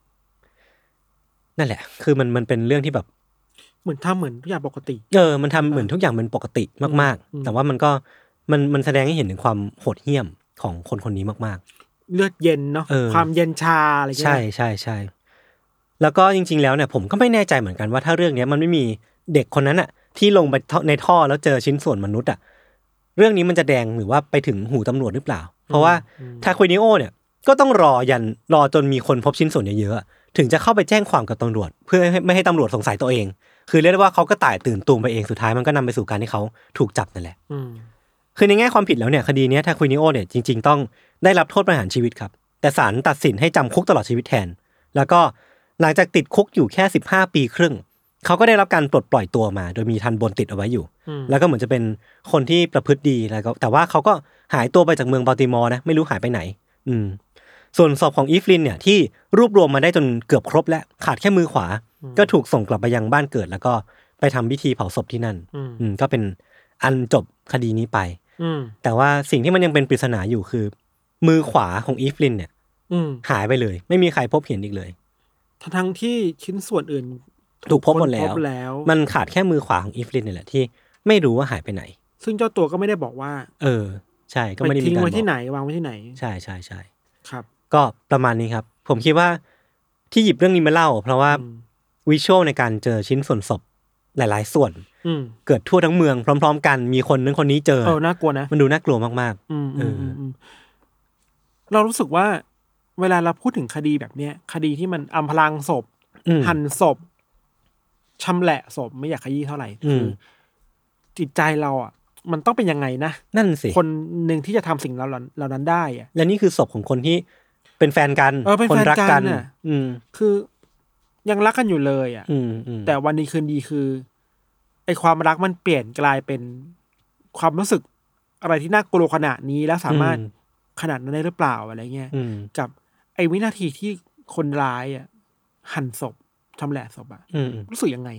นั่นแหละคือมันมันเป็นเรื่องที่แบบเหมือนทำเหมือนทุกอย่างปกติเออมันทำเหมือนทุกอย่างเป็นปกติมากๆแต่ว่ามันก็มันมันแสดงให้เห็นถึงความโหดเหี้ยมของคนคนนี้มากๆเลือดเย็นเนาะความเย็นชาอะไรอย่างเงี้ยใช่ใช่ใช่แล้วก็จริงๆแล้วเนี่ยผมก็ไม่แน่ใจเหมือนกันว่าถ้าเรื่องนี้มันไม่มีเด็กคนนั้นอ่ะที่ลงไปในท่อแล้วเจอชิ้นส่วนมนุษย์อ่ะเรื่องนี้มันจะแดงหรือว่าไปถึงหูตำรวจหรือเปล่าเพราะว่าทาควินิโอเนี่ยก็ต้องรอยันรอจนมีคนพบชิ้นส่วนเยอะๆถึงจะเข้าไปแจ้งความกับตำรวจเพื่อไม่ให้ตำรวจสงสัยตัวเองคือเรียกได้ว่าเขาก็ตายตื่นตูมไปเองสุดท้ายมันก็นำไปสู่การที่เขาถูกจับนั่นแหละคือในแง่ความผิดแล้วเนี่ยคดีนี้ทาควินิโอเนี่ยจริงๆต้องได้รับโทษประหารชีวิตครับแต่ศาลตัดสินให้จำคุกตลอดชีวิตแทนแล้วก็หลังจากติดคุกอยู่แค่สิบห้าปีครึ่งเขาก็ได้รับการปลดปล่อยตัวมาโดยมีทันบนติดเอาไว้อยู่แล้วก็เหมือนจะเป็นคนที่ประพฤติดีแล้วก็แต่ว่าเขาก็หายตัวไปจากเมืองบัลติมอร์นะไม่รู้หายไปไหนอืมส่วนศพของอีฟลินเนี่ยที่รวบรวมมาได้จนเกือบครบแล้วขาดแค่มือขวาก็ถูกส่งกลับไปยังบ้านเกิดแล้วก็ไปทำพิธีเผาศพที่นั่นอืมก็เป็นอันจบคดีนี้ไปแต่ว่าสิ่งที่มันยังเป็นปริศนาอยู่คือมือขวาของอีฟลินเนี่ยหายไปเลยไม่มีใครพบเห็นอีกเลยทั้งที่ชิ้นส่วนอื่นถูกพบหมดแล้วมันขาดแค่มือขวาของอีฟลินนี่แหละที่ไม่รู้ว่าหายไปไหนซึ่งเจ้าตัวก็ไม่ได้บอกว่าเออใช่ก็ไม่ได้มีการบอกทิ้งไว้ที่ไหนวางไว้ที่ไหนใช่ใช่ใช่ครับก็ประมาณนี้ครับผมคิดว่าที่หยิบเรื่องนี้มาเล่าเพราะว่าวิชวลในการเจอชิ้นส่วนศพหลายๆส่วนเกิดทั่วทั้งเมืองพร้อมๆกันมีคนนึงคนนี้เจอเออน่ากลัวนะมันดูน่ากลัวมากๆเออเรารู้สึกว่าเวลาเราพูดถึงคดีแบบเนี้ยคดีที่มันอำพรางศพหั่นศพชำแหละศพไม่อยากขยี้เท่าไหร่คือจิตใจเราอ่ะมันต้องเป็นยังไงนะนั่นสิคนหนึ่งที่จะทำสิ่งเหล่านั้นเหล่านั้นได้อ่ะและนี่คือศพของคนที่เป็นแฟนกันคนรักกันอ่ะคือยังรักกันอยู่เลยอ่ะแต่วันนี้คืนดีคือไอความรักมันเปลี่ยนกลายเป็นความรู้สึกอะไรที่น่ากลัวขนาดนี้แล้วสามารถขนาดนั้นได้หรือเปล่าอะไรเงี้ยกับไอวินาทีที่คนร้ายอ่ะหั่นศพชำแหละศพอ่ะรู้สึกยังไงนะ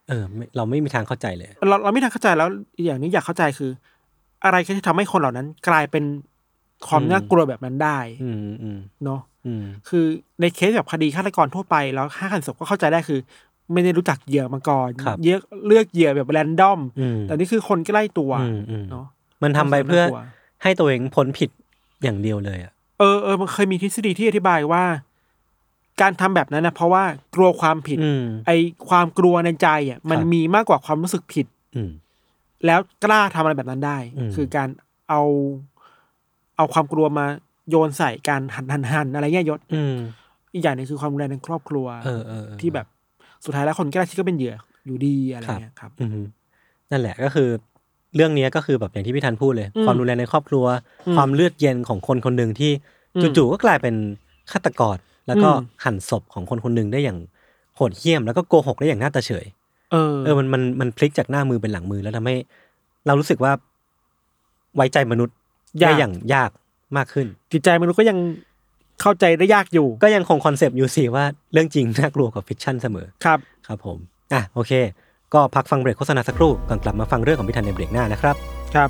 เออเราไม่มีทางเข้าใจเลยเราเราไม่ทางเข้าใจแล้วอย่างนี้อยากเข้าใจคือ อะไรที่ทำให้คนเหล่านั้นกลายเป็นความน่ากลัวแบบนั้นได้เนาะคือในเคสแบบคดีฆาตกรทั่วไปแล้วฆ่าหันศพก็เข้าใจได้คือไม่ได้รู้จักเหยื่อมาก่อนเยอะเลือกเหยื่อแบบแรนดอมแต่นี่คือคนใกล้ตัวเนาะมันทำไปเพื่อให้ตัวเองพ้นผิดอย่างเดียวเลยอ่ะเออเออมันเคยมีทฤษฎีที่อธิบายว่าการทำแบบนั้นนะเพราะว่ากลัวความผิดไอความกลัวในใจอ่ะมันมีมากกว่าความรู้สึกผิดแล้วกล้าทำอะไรแบบนั้นได้คือการเอาเอาความกลัวมาโยนใส่การหันหันหันอะไรเงี้ยยศอีกอย่างนึงคือความรุนแรงในครอบครัวที่แบบสุดท้ายแล้วคนใกล้ชิดก็เป็นเหยื่ออยู่ดีอะไรเงี้ยครับนั่นแหละก็คือเรื่องนี้ก็คือแบบอย่างที่พี่ธันพูดเลยความรุนแรงในครอบครัวความเลือดเย็นของคนคนหนึ่งที่จู่ๆก็กลายเป็นฆาตกรแล้วก็หั่นศพของคนคนหนึ่งได้อย่างโหดเหี้ยมแล้วก็โกหกได้อย่างน่าตาเฉยเออเออมันมันมันพลิกจากหน้ามือเป็นหลังมือแล้วทำให้เรารู้สึกว่าไว้ใจมนุษย์ได้อย่างยากมากขึ้นจิตใจมนุษย์ก็ยังเข้าใจได้ยากอยู่ก็ยังคงคอนเซปต์อยู่สิว่าเรื่องจริงน่ากลัวกว่าฟิกชั่นเสมอครับครับผมอ่ะโอเคก็พักฟังเบรกโฆษณาสักครู่ก่อนกลับมาฟังเรื่องของพี่ธันในเบรกหน้านะครับครับ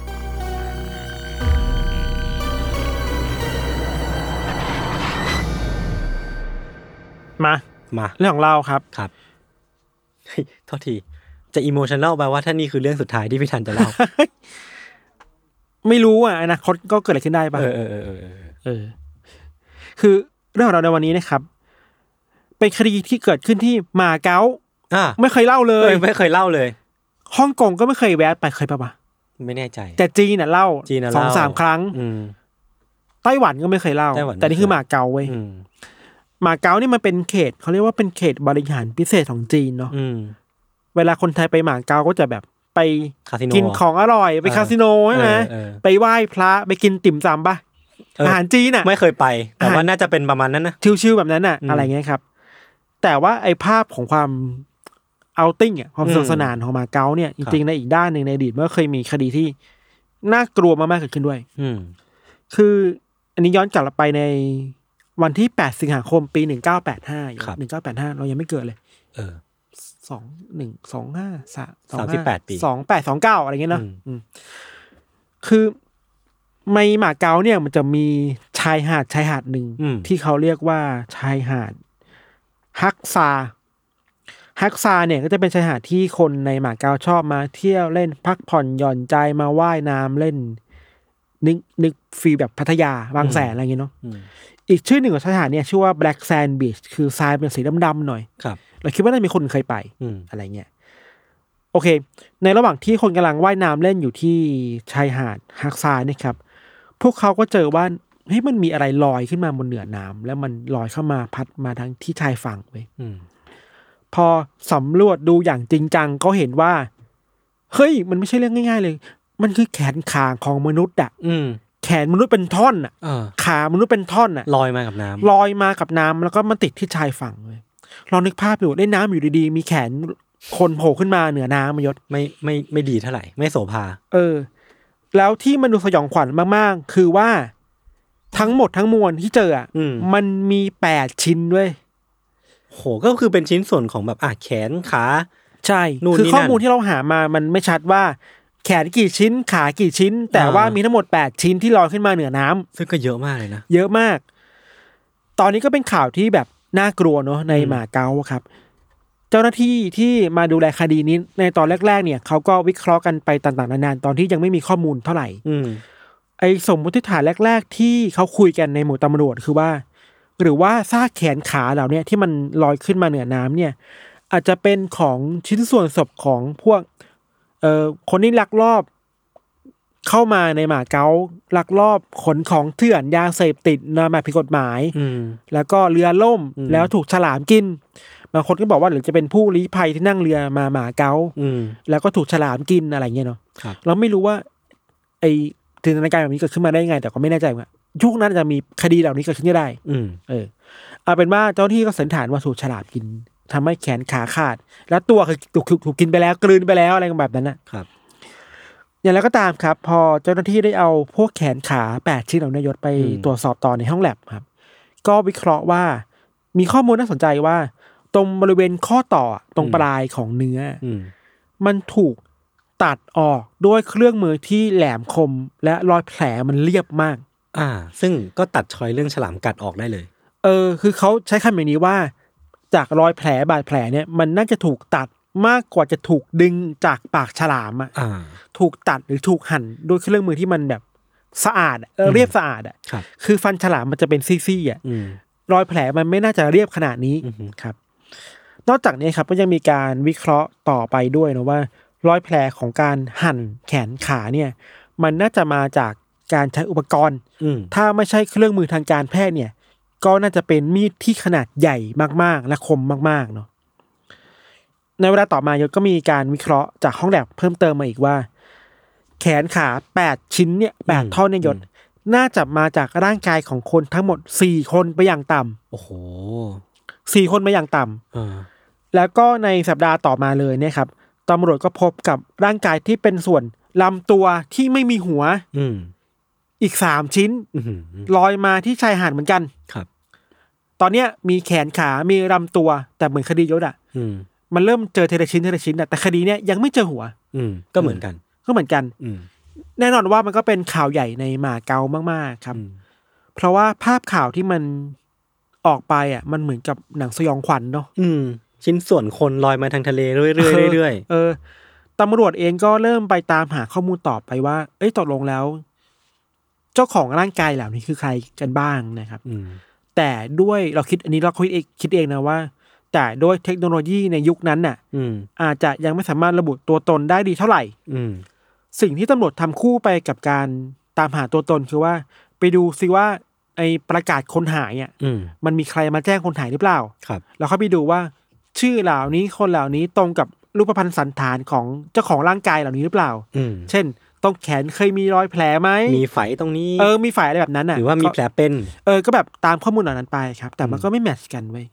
มามาเรื่องของเราครับครับโทษทีจะอิโมชันแนลแปลว่าถ้านี่คือเรื่องสุดท้ายที่พี่ธันจะเล่าไม่รู้อ่ะอนาคตก็เกิดอะไรขึ้นได้ป่ะเออเออเออเออเออคือเรื่องของเราในวันนี้นะครับเป็นคดีที่เกิดขึ้นที่มาเก๊าอ่าไม่เคยเล่าเลยไม่เคยเล่าเลยฮ่องกงก็ไม่เคยแวะไปเคยป่ะปะไม่แน่ใจแต่จีนน่ะเล่าสองสามครั้งไต้หวันก็ไม่เคยเล่าแต่นี่คือมาเก๊าเว้ยมาเก๊านี่มันเป็นเขตเขาเรียกว่าเป็นเขตบริหารพิเศษของจีนเนาะเวลาคนไทยไปมาเก๊าก็จะแบบไปกินของอร่อยไปคาสิโนใช่ไหมไปไหว้พระไปกินติ่มซำป่ะอาหารจีนน่ะไม่เคยไปแต่ว่าน่าจะเป็นประมาณนั้นนะชิวๆแบบนั้นน่ะอะไรเงี้ยครับแต่ว่าไอ้ภาพของความเอาติ้งอ่ะความสนุกสนานของมาเก๊าเนี่ยจริงๆในอีกด้านหนึ่งในอดีตเมื่อเคยมีคดีที่น่ากลัวมากๆเกิดขึ้นด้วยคืออันนี้ย้อนกลับไปในวันที่แปดสิงหาคมปีหนึ่งเก้าแปดห้าหนึ่งเก้าแปดห้าเรายังไม่เกิดเลยเออสองหนึ่งสองห้าสามสามสิบแปดปีสองแปดสองเก้าอะไรเงี้ยเนาะคือในมาเก๊าเนี่ยมันจะมีชายหาดชายหาดหนึ่งที่เขาเรียกว่าชายหาดฮักซาฮักซาเนี่ยก็จะเป็นชายหาดที่คนในมาเก๊าชอบมาเที่ยวเล่นพักผ่อนหย่อนใจมาว่ายน้ำเล่นนึกนึกฟีลแบบพัทยาบางแสนอะไรเงี้ยเนาะอีกชื่อหนึ่งของชายหาดเนี่ยชื่อว่า Black Sand Beach คือทรายเป็นสีดำๆหน่อยเราคิดว่าน่าจะมีคนเคยไปอะไรเงี้ยโอเคในระหว่างที่คนกำลังว่ายน้ำเล่นอยู่ที่ชายหาดฮักซาเนี่ยครับพวกเขาก็เจอว่าเฮ้ยมันมีอะไรลอยขึ้นมาบนเหนือน้ำแล้วมันลอยเข้ามาพัดมาทางที่ชายฝั่งเว้ยพอสำรวจดูอย่างจริงจังก็เห็นว่าเฮ้ยมันไม่ใช่เรื่องง่ายๆเลยมันคือแขนขาของมนุษย์อ่ะแขนมนุษย์เป็นท่อนอ่ะขามนุษย์เป็นท่อนอ่ะลอยมากับน้ำลอยมากับน้ำแล้วก็มาติดที่ชายฝั่งเลยลองนึกภาพดูเล่นน้ำอยู่ดีๆมีแขนคนโผล่ขึ้นมาเหนือน้ำมายศไม่ไม่ไม่ดีเท่าไหร่ไม่โสภาเออแล้วที่มันดูสยองขวัญมากๆคือว่าทั้งหมดทั้งมวลที่เจออ่ะมันมีแปดชิ้นด้วยโหก็คือเป็นชิ้นส่วนของแบบอ่ะแขนขาใช่คือข้อมูลที่เราหามามันไม่ชัดว่าแขนกี่ชิ้นขากี่ชิ้นแต่ว่ามีทั้งหมดแปดชิ้นที่ลอยขึ้นมาเหนือน้ำซึ่งก็เยอะมากเลยนะเยอะมากตอนนี้ก็เป็นข่าวที่แบบน่ากลัวเนาะในมาเก๊าครับเจ้าหน้าที่ที่มาดูแลคดีนี้ในตอนแรกๆเนี่ยเขาก็วิเคราะห์กันไปต่างๆนานาตอนที่ยังไม่มีข้อมูลเท่าไหร่ไอ้สมมติฐานแรกๆที่เขาคุยกันในหมู่ตำรวจคือว่าหรือว่าซากแขนขาเหล่านี้ที่มันลอยขึ้นมาเหนือน้ำเนี่ยอาจจะเป็นของชิ้นส่วนศพของพวกเอ่อคนที่ลักลอบเข้ามาในมาเก๊าลักลอบขนของเถื่อนยาเสพติดนะแบบผิดกฎหมายแล้วก็เรือล่มแล้วถูกฉลามกินบางคนก็บอกว่าหรือจะเป็นผู้ลี้ภัยที่นั่งเรือมามาเก๊าแล้วก็ถูกฉลามกินอะไรเงี้ยเนาะเราไม่รู้ว่าไอ้จินตนาการแบบนี้เกิดขึ้นมาได้ยังไงแต่ก็ไม่แน่ใจว่ายุคนั้นจะมีคดีเหล่านี้เกิดขึ้นได้เออเอาเป็นว่าเจ้าที่ก็สันนิษฐานว่าถูกฉลามกินทำให้แขนขาขาดแล้วตัวคือถูกถูกกินไปแล้วกลืนไปแล้วอะไรแบบนั้นนะครับอย่างไรก็ตามครับพอเจ้าหน้าที่ได้เอาพวกแขนขาแปดชิ้นเหล่านี้ยศไปตรวจสอบต่อในห้องแลบครับก็วิเคราะห์ว่ามีข้อมูลน่าสนใจว่าตรงบริเวณข้อต่อตรงปลายของเนื้อมันถูกตัดออกด้วยเครื่องมือที่แหลมคมและรอยแผลมันเรียบมากอ่าซึ่งก็ตัดชอยเรื่องฉลามกัดออกได้เลยเออคือเขาใช้คำอย่างนี้ว่าจากรอยแผลบาดแผลเนี่ยมันน่าจะถูกตัดมากกว่าจะถูกดึงจากปากฉลามอ่ะถูกตัดหรือถูกหั่นด้วยเครื่องมือที่มันแบบสะอาดเออเรียบสะอาดอ่ะคือฟันฉลามมันจะเป็นซี่ๆอ่ะรอยแผลมันไม่น่าจะเรียบขนาดนี้ครับนอกจากนี้ครับก็ยังมีการวิเคราะห์ต่อไปด้วยนะว่ารอยแผลของการหั่นแขนขาเนี่ยมันน่าจะมาจากการใช้อุปกรณ์ถ้าไม่ใช่เครื่องมือทางการแพทย์เนี่ยก็น่าจะเป็นมีดที่ขนาดใหญ่มากๆและคมมากๆเนาะในเวลาต่อมายศก็มีการวิเคราะห์จากห้องแลบเพิ่มเติมมาอีกว่าแขนขาแปดชิ้นเนี่ยแปดท่อนเนี่ยยศน่าจะมาจากร่างกายของคนทั้งหมดสี่คนไปอย่างต่ำโอ้โหสี่คนไปอย่างต่ำแล้วก็ในสัปดาห์ต่อมาเลยเนี่ยครับตำรวจก็พบกับร่างกายที่เป็นส่วนลำตัวที่ไม่มีหัวอีกสามชิ้นลอยมาที่ชายหาดเหมือนกันครับตอนเนี้ยมีแขนขามีลำตัวแต่เหมือนคดียศอ่ะมันเริ่มเจอเทเลชิ้นเทเลชิ้นแต่คดีเนี้ยยังไม่เจอหัวก็เหมือนกันก็เหมือนกันแน่นอนว่ามันก็เป็นข่าวใหญ่ในมาเก๊ามากๆครับเพราะว่าภาพข่าวที่มันออกไปอ่ะมันเหมือนกับหนังสยองขวัญเนาะชิ้นส่วนคนลอยมาทางทะเลเรื่อยๆเรื่อยๆเออตำรวจเองก็เริ่มไปตามหาข้อมูลต่อไปว่าเอ้ยตกลงแล้วเจ้าของร่างกายเหล่านี้คือใครกันบ้างนะครับแต่ด้วยเราคิดอันนี้เราคิดเองคิดเองนะว่าแต่ด้วยเทคโนโลยีในยุคนั้นน่ะอาจจะยังไม่สามารถระบุตัวตนได้ดีเท่าไหร่สิ่งที่ตำรวจทำคู่ไปกับการตามหาตัวตนคือว่าไปดูซิว่าไอ้ประกาศคนหายอ่ะมันมีใครมาแจ้งคนหายหรือเปล่าแล้วเขาไปดูว่าชื่อเหล่านี้คนเหล่านี้ตรงกับรูปพรรณสันฐานของเจ้าของร่างกายเหล่านี้หรือเปล่าเช่นตรงแขนเคยมีรอยแผลไหมมีไฝตรงนี้เออมีไฝอะไรแบบนั้นอ่ะหรือว่ามีแผลเป็นเออก็แบบตามข้อมูลเหล่านั้นไปครับแต่มันก็ไม่แมทช์กันเว้ย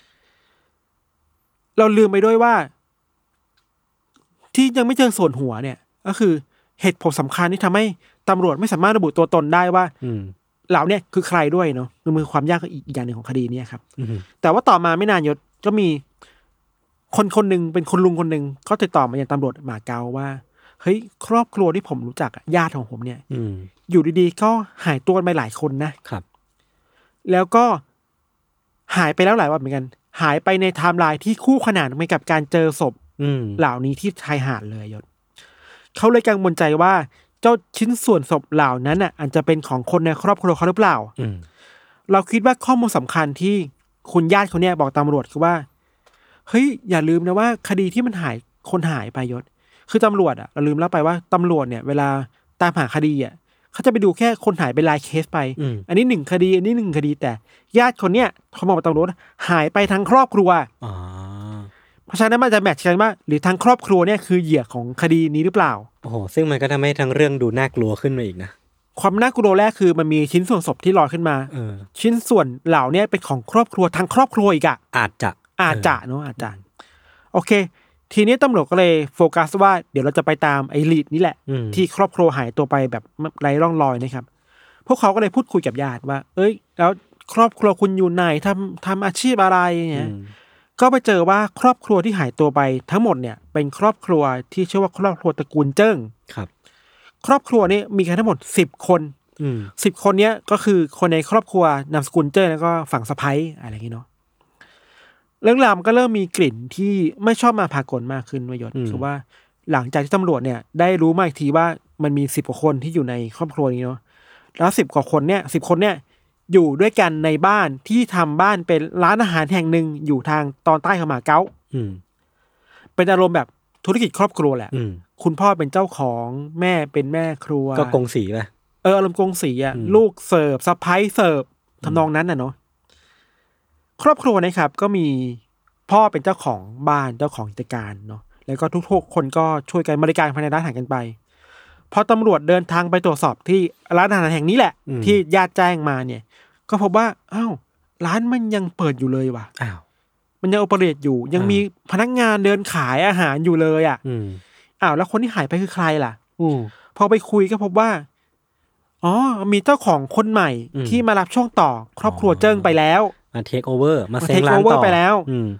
เราลืมไปด้วยว่าที่ยังไม่เจอส่วนหัวเนี่ยก็คือเหตุผลสำคัญที่ทำให้ตำรวจไม่สามารถระบุตัวตนได้ว่าเหล่าเนี่ยคือใครด้วยเนาะมันมีความยากอีกอย่างหนึ่งของคดีนี้ครับแต่ว่าต่อมาไม่นานยศก็มีคนคนหนึ่งเป็นคนลุงคนหนึ่งเขาติดต่อมายังตำรวจมาเก๊าว่าเฮ้ยครอบครัวที่ผมรู้จักญาติของผมเนี่ยอยู่ดีๆก็หายตัวไปหลายคนนะครับแล้วก็หายไปแล้วหลายวันเหมือนกันหายไปในไทม์ไลน์ที่คู่ขนานไปกับการเจอศพเหล่านี้ที่ชายหาดเลยยศเขาเลยกังวลใจว่าเจ้าชิ้นส่วนศพเหล่านั้นอ่ะอาจจะเป็นของคนในครอบครัวเขาหรือเปล่าเราคิดว่าข้อมูลสำคัญที่คุณญาติเขาเนี่ยบอกตำรวจคือว่าเฮ้ยอย่าลืมนะว่าคดีที่มันหายคนหายไปยศคือตำรวจอ่ะเราลืมเล่าไปว่าตำรวจเนี่ยเวลาตามหาคดีอ่ะเขาจะไปดูแค่คนหายเป็นรายเคสไปอันนี้หนึ่งคดีอันนี้หนึ่งคดีแต่ญาติคนเนี้ยเขาบอกตำรวจหายไปทั้งครอบครัวเพราะฉะนั้นมันจะแมทช์กันว่าหรือทั้งครอบครัวเนี่ยคือเหยื่อของคดีนี้หรือเปล่าโอ้โหซึ่งมันก็ทำให้ทั้งเรื่องดูน่ากลัวขึ้นมาอีกนะความน่ากลัวแรกคือมันมีชิ้นส่วนศพที่ลอยขึ้นมาชิ้นส่วนเหล่านี้เป็นของครอบครัวทั้งครอบครัวอีกอ่ะอาจจะอาจจะเนาะอาจจะโอเคทีนี้ตำรวจก็เลยโฟกัสว่าเดี๋ยวเราจะไปตามไอ้ลีดนี่แหละที่ครอบครัวหายตัวไปแบบไร้ร่องรอยนะครับพวกเขาก็เลยพูดคุยกับญาติว่าเอ้ยแล้วครอบครัวคุณอยู่ไหนทำทำอาชีพอะไรเนี่ยก็ไปเจอว่าครอบครัวที่หายตัวไปทั้งหมดเนี่ยเป็นครอบครัวที่ชื่อว่าครอบครัวตระกูลเจิ้งครับครอบครัวนี้มีกันทั้งหมดสิบคนสิบคนเนี้ยก็คือคนในครอบครัวนามสกุลเจิ้งแล้วก็ฝั่งสะใภ้อะไรอย่างงี้เนาะเรื่องราวมันก็เริ่มมีกลิ่นที่ไม่ชอบมาพากลมากขึ้นว่ายศคือว่าหลังจากที่ตำรวจเนี่ยได้รู้มาอีกทีว่ามันมีสิบกว่าคนที่อยู่ในครอบครัวนี้เนาะแล้วสิบกว่าคนเนี่ยสิบคนเนี่ยอยู่ด้วยกันในบ้านที่ทำบ้านเป็นร้านอาหารแห่งหนึ่งอยู่ทางตอนใต้ของมาเก๊าเป็นอารมณ์แบบธุรกิจครอบครัวแหละคุณพ่อเป็นเจ้าของแม่เป็นแม่ครัวก็กงสีป่ะเอออารมณ์กงสีอ่ะลูกเสิร์ฟสะใภ้เสิร์ฟทำนองนั้นน่ะเนาะครอบครัวนะครับก็มีพ่อเป็นเจ้าของบ้านเจ้าของกิจการเนาะแล้วก็ทุกๆคนก็ช่วยกันบริการภายในร้านอาหารกันไปพอตำรวจเดินทางไปตรวจสอบที่ร้านอาหารแห่งนี้แหละที่ญาติแจ้งมาเนี่ยก็พบว่าอ้าวร้านมันยังเปิดอยู่เลยว่ะอ้าวมันยังโอเปเรตอยู่ยังมีพนักงานเดินขายอาหารอยู่เลยอ่ะอ้าวแล้วคนที่หายไปคือใครล่ะพอไปคุยก็พบว่าอ๋อมีเจ้าของคนใหม่ที่มารับช่วงต่อครอบครัวเจิ้งไปแล้วมาเทคโอเวอร์มาเทคโอเวอร์ไปแล้ว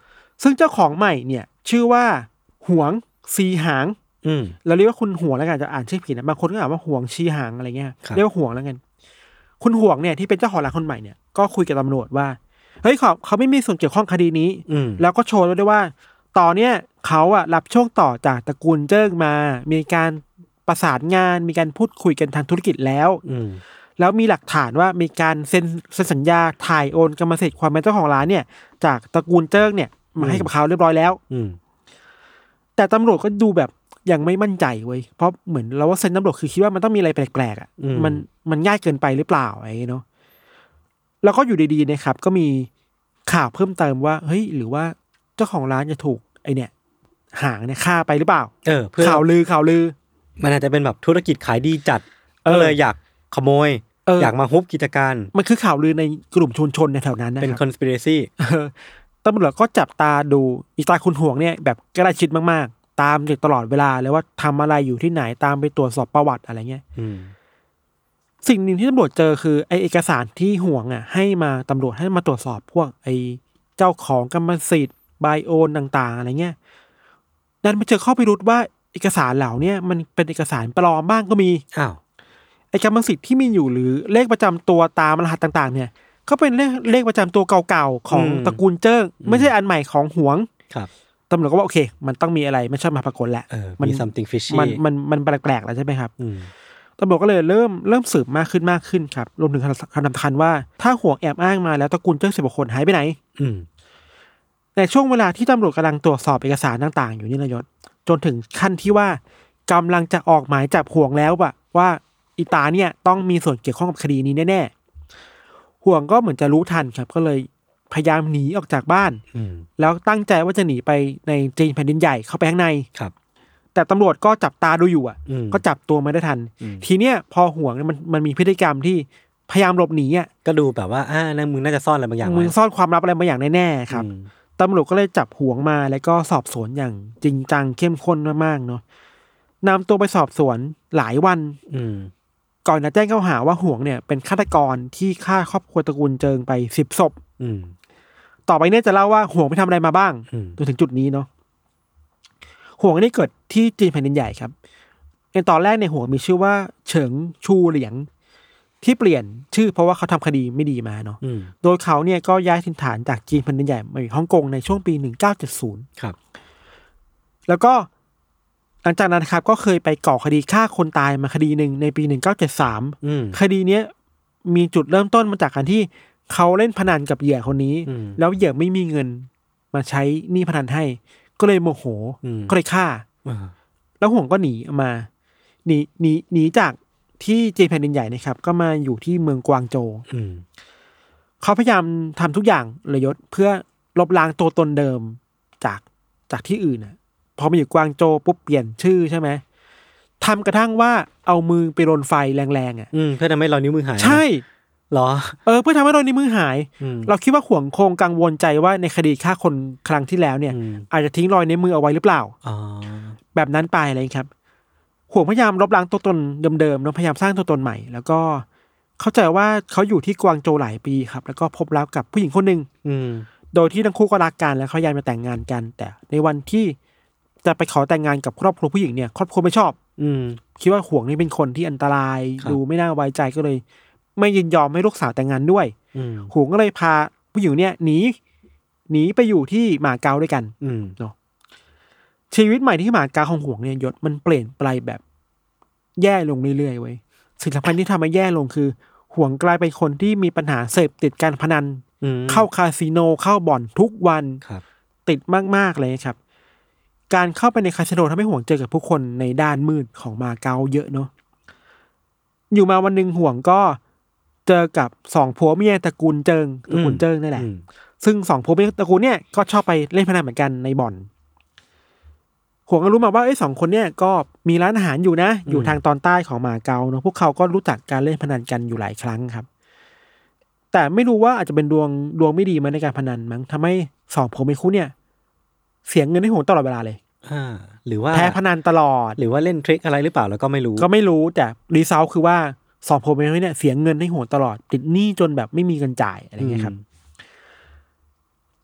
ซึ่งเจ้าของใหม่เนี่ยชื่อว่าหวงซีหางอืมเราเรียกว่าคุณหวงแล้วกันจะอ่านชื่อผิดนะบางคนก็อ่านว่าหวงชีหางอะไรเงี้ยเรียกว่าหวงแล้วกันคุณหวงเนี่ยที่เป็นเจ้าของร้านคนใหม่เนี่ยก็คุยกับตำรวจว่าเฮ้ยเขาเขาไม่มีส่วนเกี่ยวข้องคดีนี้แล้วก็โชว์ด้วยว่าตอนเนี้ยเขาอะรับช่วงต่อจากตระกูลเจิ้งมามีการประสานงานมีการพูดคุยกันทางธุรกิจแล้วแล้วมีหลักฐานว่ามีการเซ็นสัญญาถ่ายโอนกรรมสิทธิ์ความเป็นเจ้าของร้านเนี่ยจากตระกูลเจิ้งเนี่ยมาให้กับเขาเรียบร้อยแล้วแต่ตำรวจก็ดูแบบยังไม่มั่นใจเว้ยเพราะเหมือนเราว่าเซ็นตำรวจคือคิดว่ามันต้องมีอะไรแปลกๆอ่ะมันมันง่ายเกินไปหรือเปล่าอะไรเนาะแล้วก็อยู่ดีๆนะครับก็มีข่าวเพิ่มเติมว่าเฮ้ยหรือว่าเจ้าของร้านจะถูกไอเนี่ยหางเนี่ยฆ่าไปหรือเปล่าเออข่าวลือข่าวลือมันอาจจะเป็นแบบธุรกิจขายดีจัดก็เลยอยากขโมยอยากมาฮุบกิจการมันคือข่าวลือในกลุ่มชุมชนในแถวนั้นนะครับเป็น conspiracy ตำรวจก็จับตาดูอีตาคุณหวงเนี่ยแบบใกล้ชิดมากๆตามอยู่ตลอดเวลาเลยว่าทำอะไรอยู่ที่ไหนตามไปตรวจสอบประวัติอะไรเงี้ยสิ่งหนึ่งที่ตำรวจเจอคือไอเอกสารที่หวงอ่ะให้มาตำรวจให้มาตรวจสอบพวกไอเจ้าของกรรมสิทธิ์ไบโอนต่างๆอะไรเงี้ยดันไปเจอข้อพิรุธว่าเอกสารเหล่านี้มันเป็นเอกสารปลอมบ้างก็มีอ้าวไอกรรมสิทธิ์ที่มีอยู่หรือเลขประจำตัวตามรหัสต่างๆเนี่ยก็เป็นเลขเลขประจำตัวเก่าๆของตระกูลเจิ้งไม่ใช่อันใหม่ของหวงครับตำรวจก็ว่าโอเคมันต้องมีอะไรไม่ชอบมาปรากฏแหละมันมี something fishy มันมันมันแปลกๆแล้วใช่ไหมครับตำรวจก็เลยเริ่มเริ่มสืบมากขึ้นมากขึ้นครับรวมถึงคำสำคัญว่าถ้าหวงแอบอ้างมาแล้วตระกูลเจิ้งสิบกว่าคนหายไปไหนในช่วงเวลาที่ตำรวจกำลังตรวจสอบเอกสารต่างๆอยู่นี่นายศจนถึงขั้นที่ว่ากำลังจะออกหมายจับหวงแล้วว่าว่าอีตาเนี่ยต้องมีส่วนเกี่ยวข้องกับคดีนี้แน่ๆหวงก็เหมือนจะรู้ทันครับก็เลยพยายามหนีออกจากบ้านแล้วตั้งใจว่าจะหนีไปในจีนแผ่นดินใหญ่เข้าไปข้างในครับแต่ตำรวจก็จับตาดูอยู่อ่ะก็จับตัวมาได้ทันทีเนี้ยพอหวงมันมันมีพฤติกรรมที่พยายามหลบหนีอ่ะก็ดูแบบว่าอ่านั่นมึงน่าจะซ่อนอะไรบางอย่างมึงซ่อนความลับอะไรบางอย่างแน่ๆครับตำรวจก็เลยจับหวงมาแล้วก็สอบสวนอย่างจริงจังเข้มข้นมากๆเนาะนำตัวไปสอบสวนหลายวันก่อนจะแจ้งข้อหาว่าหวงเนี่ยเป็นฆาตกรที่ฆ่าครอบครัวตระกูลเจิงไปสิบศพต่อไปเนี่ยจะเล่าว่าหวงไปทำอะไรมาบ้างจนถึงจุดนี้เนาะหวงนี่เกิดที่จีนแผ่นดินใหญ่ครับในตอนแรกในหวงมีชื่อว่าเฉิงชูเหลียงที่เปลี่ยนชื่อเพราะว่าเขาทำคดีไม่ดีมาเนาะโดยเขาเนี่ยก็ย้ายถิ่นฐานจากจีนแผ่นดินใหญ่มาอยู่ฮ่องกงในช่วงปีหนึ่งเก้าเจ็ดศูนย์ครับแล้วก็หลังจากนั้นครับก็เคยไปก่อคดีฆ่าคนตายมาคดีหนึ่งในปีหนึ่งเก้าเจ็ดสามคดีเนี้ยมีจุดเริ่มต้นมาจากการที่เขาเล่นพนันกับเหยื่อคนนี้แล้วเหยื่อไม่มีเงินมาใช้หนี้พนันให้ก็เลยโมโหก็เลยฆ่าแล้วหวงก็หนีมาหนีหนีหนีจากที่จีนแผ่นดินใหญ่นะครับก็มาอยู่ที่เมืองกวางโจวเขาพยายามทำทุกอย่างเลยยศเพื่อลบล้างตัวตนเดิมจากจากที่อื่นน่ะพอมาอยู่กวางโจวปุ๊บเปลี่ยนชื่อใช่ไหมทำกระทั่งว่าเอามือไปรนไฟแรงๆอ่ะเพื่อทำให้รอยนิ้วมือหายใช่หรอเออเพื่อทำให้รอยนิ้วมือหายเราคิดว่าหวงคงกังวลใจว่าในคดีฆ่าคนครั้งที่แล้วเนี่ยอาจจะทิ้งรอยนิ้วมือเอาไว้หรือเปล่าแบบนั้นไปอะไรครับหวงพยายามลบล้างตัวตนเดิมๆแล้วพยายามสร้างตัวตนใหม่แล้วก็เข้าใจว่าเขาอยู่ที่กวางโจวหลายปีครับแล้วก็พบรักกับผู้หญิงคนหนึ่งโดยที่ทั้งคู่ก็รักกันแล้วเขาย้ายมาแต่งงานกันแต่ในวันที่จะไปขอแต่งงานกับครอบครัวผู้หญิงเนี่ยครอบครัวไม่ชอบคิดว่าหวงนี่เป็นคนที่อันตรายดูไม่น่าไว้ใจก็เลยไม่ยินยอมให้ลูกสาวแต่งงานด้วยหวงก็เลยพาผู้หญิงเนี่ยหนีหนีไปอยู่ที่หมาเก๊าด้วยกันเนาะชีวิตใหม่ที่หมาเก๊าของหวงเนี่ยยศมันเปลี่ยนไปแบบแย่ลงเรื่อยๆเว้ยสิ่งสำคัญที่ทำให้แย่ลงคือหวงกลายเป็นคนที่มีปัญหาเสพติดการพนันเข้าคาสิโนเข้าบ่อนทุกวันติดมากๆเลยครับการเข้าไปในคาสิโนทำให้หวงเจอกับผู้คนในด้านมืดของมาเก๊าเยอะเนาะอยู่มาวันหนึ่งหวงก็เจอกับสองผัวเมียตระกูลเจิงตระกูลเจิงนั่นแหละซึ่งสองผัวเมียตระกูลเนี่ยก็ชอบไปเล่นพนันเหมือนกันในบ่อนหวงก็รู้มาว่าไอ้สองคนเนี่ยก็มีร้านอาหารอยู่นะอยู่ทางตอนใต้ของมาเก๊าเนาะพวกเขาก็รู้จักการเล่นพนันกันอยู่หลายครั้งครับแต่ไม่รู้ว่าอาจจะเป็นดวงดวงไม่ดีมาในการพนันมั้งทำให้สองผัวเมียคู่เนี่ยเสียเงินให้หวงตลอดเวลาเลยอ่าหรือว่าแพ้พนันตลอดหรือว่าเล่นทริคอะไรหรือเปล่าแล้วก็ไม่รู้ก็ไม่รู้แต่รีซัลคือว่าสองผัวเมียเนี่ยเสียเงินให้หวงตลอดติดหนี้จนแบบไม่มีเงินจ่ายอะไรเงี้ยครับ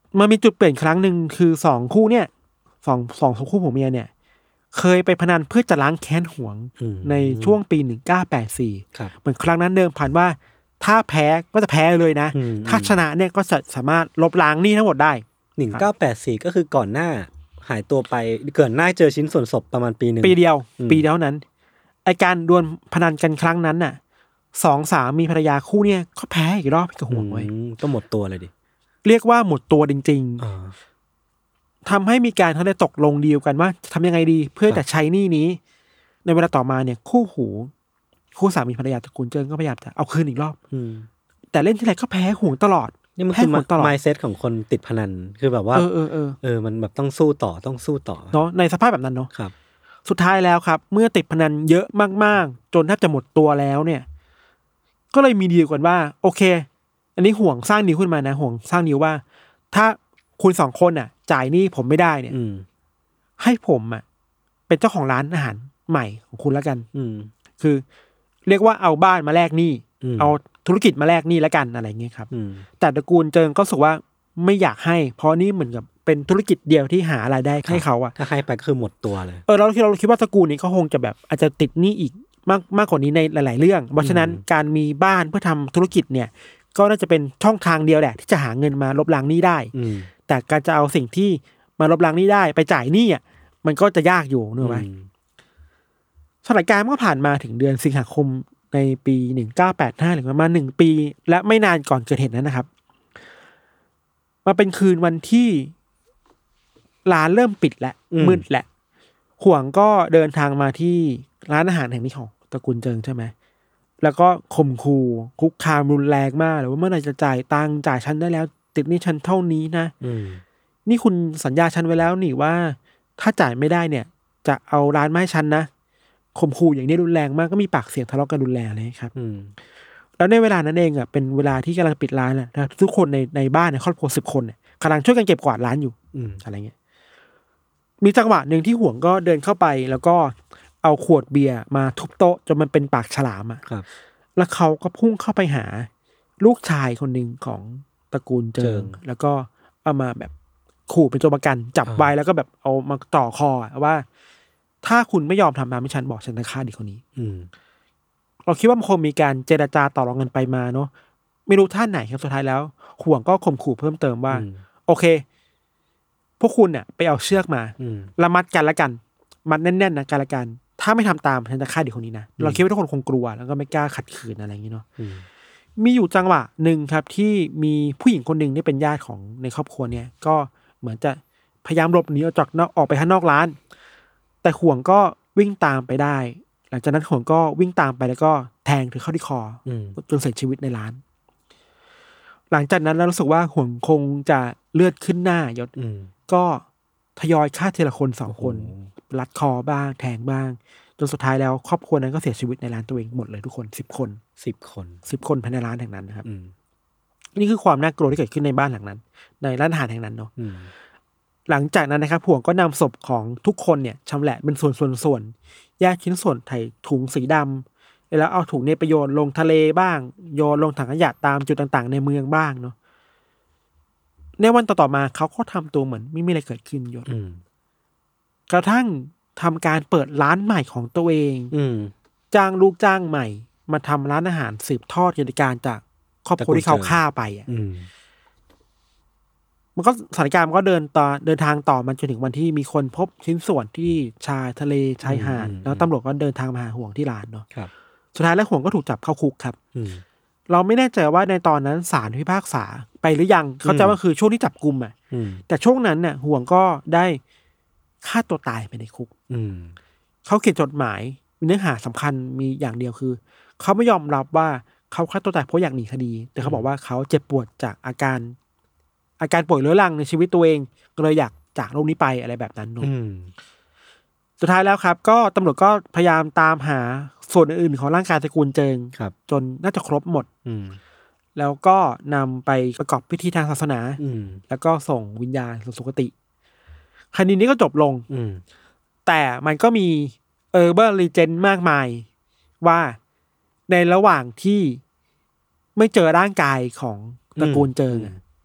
มันมีจุดเปลี่ยนครั้งหนึ่งคือสองคู่เนี่ยสองสองคู่ผัวเมียเนี่ยเคยไปพนันเพื่อจะล้างแค้นหวงในช่วงปีหนึ่งเก้าแปดสี่เหมือนครั้งนั้นเดิมผ่านว่าถ้าแพ้ก็จะแพ้เลยนะถ้าชนะเนี่ยก็จะสามารถลบล้างหนี้ทั้งหมดได้หนึ่งเก้าแปดสี่ก็คือก่อนหน้าหายตัวไปเกิดหน้าเจอชิ้นส่วนศพประมาณปีนึงปีเดียวปีเดียวนั้นไอการดวลพนันกันครั้งนั้นน่ะสองสามีภรรยาคู่เนี่ยก็แพ้อีกรอบกับห่วงไว้ก็หมดตัวเลยดิเรียกว่าหมดตัวจริงๆทำให้มีการทั้งได้ตกลงดีลกันว่าทำยังไงดีเพื่อจะใช้หนี้นี้ในเวลาต่อมาเนี่ยคู่หูคู่สามีภรรยาตระกูลเจิ้งก็พยายามจะเอาคืนอีกรอบแต่เล่นที่ไรก็แพ้ห่วงตลอดนี่มันคือ mindset ของคนติดพนันคือแบบว่าเออเออเออเออมันแบบต้องสู้ต่อต้องสู้ต่อเนาะในสภาพแบบนั้นเนาะครับสุดท้ายแล้วครับเมื่อติดพนันเยอะมากๆจนแทบจะหมดตัวแล้วเนี่ยก็เลยมีดีลกันว่าโอเคอันนี้ห่วงสร้างดีลขึ้นมานะห่วงสร้างดีลว่าถ้าคุณสองคนอ่ะจ่ายหนี้ผมไม่ได้เนี่ยให้ผมอ่ะเป็นเจ้าของร้านอาหารใหม่ของคุณแล้วกันคือเรียกว่าเอาบ้านมาแลกหนี้เอาธุรกิจมาแลกหนี้แล้วกันอะไรเงี้ยครับแต่ตระกูลเจิงก็รู้สึกว่าไม่อยากให้เพราะนี่เหมือนกับเป็นธุรกิจเดียวที่หารายได้ให้เขาอะถ้าให้ไปก็คือหมดตัวเลยเออเราคิดเราคิดว่าตระกูลนี้เขาคงจะแบบอาจจะติดหนี้อีกมากมากกว่านี้ในหลายๆเรื่องเพราะฉะนั้นการมีบ้านเพื่อทำธุรกิจเนี่ยก็น่าจะเป็นช่องทางเดียวแหละที่จะหาเงินมาลบล้างหนี้ได้แต่การจะเอาสิ่งที่มาลบล้างหนี้ได้ไปจ่ายหนี้อ่ะมันก็จะยากอยู่นึกไหมสถานการณ์มันก็ผ่านมาถึงเดือนสิงหาคมในปีหนึ่งเก้าแปดห้าหรือประมาณหนึ่งปีและไม่นานก่อนเกิดเหตุนั้นนะครับมาเป็นคืนวันที่ร้านเริ่มปิดแล้วมืดแล้วห่วงก็เดินทางมาที่ร้านอาหารแห่งนี้ของตระกูลเจิงใช่ไหมแล้วก็ข่มขู่คุกคามรุนแรงมากเลยว่าเมื่อไหร่จะจ่ายตังค์จ่ายฉันได้แล้วติดหนี้ฉันเท่านี้นะนี่คุณสัญญาฉันไว้แล้วนี่ว่าถ้าจ่ายไม่ได้เนี่ยจะเอาร้านมาให้ฉันนะข่มขู่อย่างนี้รุนแรงมากก็มีปากเสียงทะเลาะกันรุนแรงเลยครับแล้วในเวลานั้นเองอ่ะเป็นเวลาที่กำลังปิดร้านแหละทุกคนในในบ้านในครอบครัวสิบคนเนี่ยกำลังช่วยกันเก็บกวาดร้านอยู่อะไรเงี้ยมีจังหวะหนึ่งที่ห่วงก็เดินเข้าไปแล้วก็เอาขวดเบียร์มาทุบโต๊ะจนมันเป็นปากฉลามอ่ะแล้วเขาก็พุ่งเข้าไปหาลูกชายคนหนึ่งของตระกูลเจิงแล้วก็เอามาแบบขู่เป็นตัวประกันจับไว้แล้วก็แบบเอามาต่อคอว่าถ้าคุณไม่ยอมทำตามที่ฉันบอกฉันจะฆ่าเด็กคนนี้เราคิดว่ามันคงมีการเจรจาต่อรองกันไปมาเนาะไม่รู้ท่านไหนครับสุดท้ายแล้วห่วงก็ข่มขู่เพิ่มเติมว่าโอเคพวกคุณเนี่ยไปเอาเชือกมาละมัดกันละกันมัดแน่นๆนะกันละกันถ้าไม่ทำตามฉันจะฆ่าเด็กคนนี้นะเราคิดว่าทุกคนคงกลัวแล้วก็ไม่กล้าขัดขืนอะไรอย่างนี้เนาะมีอยู่จังหวะหนึ่งครับที่มีผู้หญิงคนหนึ่งที่เป็นญาติของในครอบครัวเนี่ยก็เหมือนจะพยายามหลบหนีออกจากนอกออกไปข้างนอกร้านแต่ห่วงก็วิ่งตามไปได้หลังจากนั้นห่วงก็วิ่งตามไปแล้วก็แทงเธอเข้าที่คอจนเสียชีวิตในร้านหลังจากนั้นเรารู้สึกว่าห่วงคงจะเลือดขึ้นหน้ายศก็ทยอยฆ่าทีละคนสองคนรัดคอบ้างแทงบ้างจนสุดท้ายแล้วครอบครัวนั้นก็เสียชีวิตในร้านตัวเองหมดเลยทุกคนสิบคนสิบคนสิบคนภายในร้านแห่งนั้นนะครับนี่คือความน่ากลัวที่เกิดขึ้นในบ้านหลังนั้นในร้านอาหารแห่งนั้นเนาะหลังจากนั้นนะครับห่วงก็นำศพของทุกคนเนี่ยชำแหละเป็นส่วนส่วนส่วนแยกชิ้นส่วนใส่ถุงสีดำแล้วเอาถุงเนี่ยไปโยนลงทะเลบ้างโยนลงถังขยะตามจุดต่างๆในเมืองบ้างเนาะในวันต่อๆมาเขาก็ทำตัวเหมือนไม่มีอะไรเกิดขึ้นอยู่กระทั่งทำการเปิดร้านใหม่ของตัวเองจ้างลูกจ้างใหม่มาทำร้านอาหารสืบทอดกิจการจากครอบครัวที่เขาฆ่าไปอ่ะมันก็สถานการณ์มันก็เดินต่อเดินทางต่อมันจนถึงวันที่มีคนพบชิ้นส่วนที่ชายทะเลชายหาดแล้วตำรวจก็เดินทางมาหาห่วงที่ร้านเนาะสุดท้ายแล้วห่วงก็ถูกจับเข้าคุกครับเราไม่แน่ใจว่าในตอนนั้นศาลพิพากษาไปหรือยังเขาใจว่าคือช่วงที่จับกุมอ่ะแต่ช่วงนั้นเนี่ยห่วงก็ได้ฆ่าตัวตายไปในคุกเขาเขียนจดหมายมีเนื้อหาสำคัญมีอย่างเดียวคือเขาไม่ยอมรับว่าเขาฆ่าตัวตายเพราะอยากหนีคดีแต่เขาบอกว่าเขาเจ็บปวดจากอาการอาการป่วยเรื้อรังในชีวิตตัวเองก็เลยอยากจากโลกนี้ไปอะไรแบบนั้นนู่นสุดท้ายแล้วครับก็ตำรวจก็พยายามตามหาส่วนอื่นๆของร่างกายตระกูลเจิงจนน่าจะครบหมดแล้วก็นำไปประกอบพิธีทางศาสนาแล้วก็ส่งวิญญาณสู่สุคติคดีนี้ก็จบลงแต่มันก็มีเออร์เบอร์ลีเจนด์มากมายว่าในระหว่างที่ไม่เจอร่างกายของตระกูลเจิง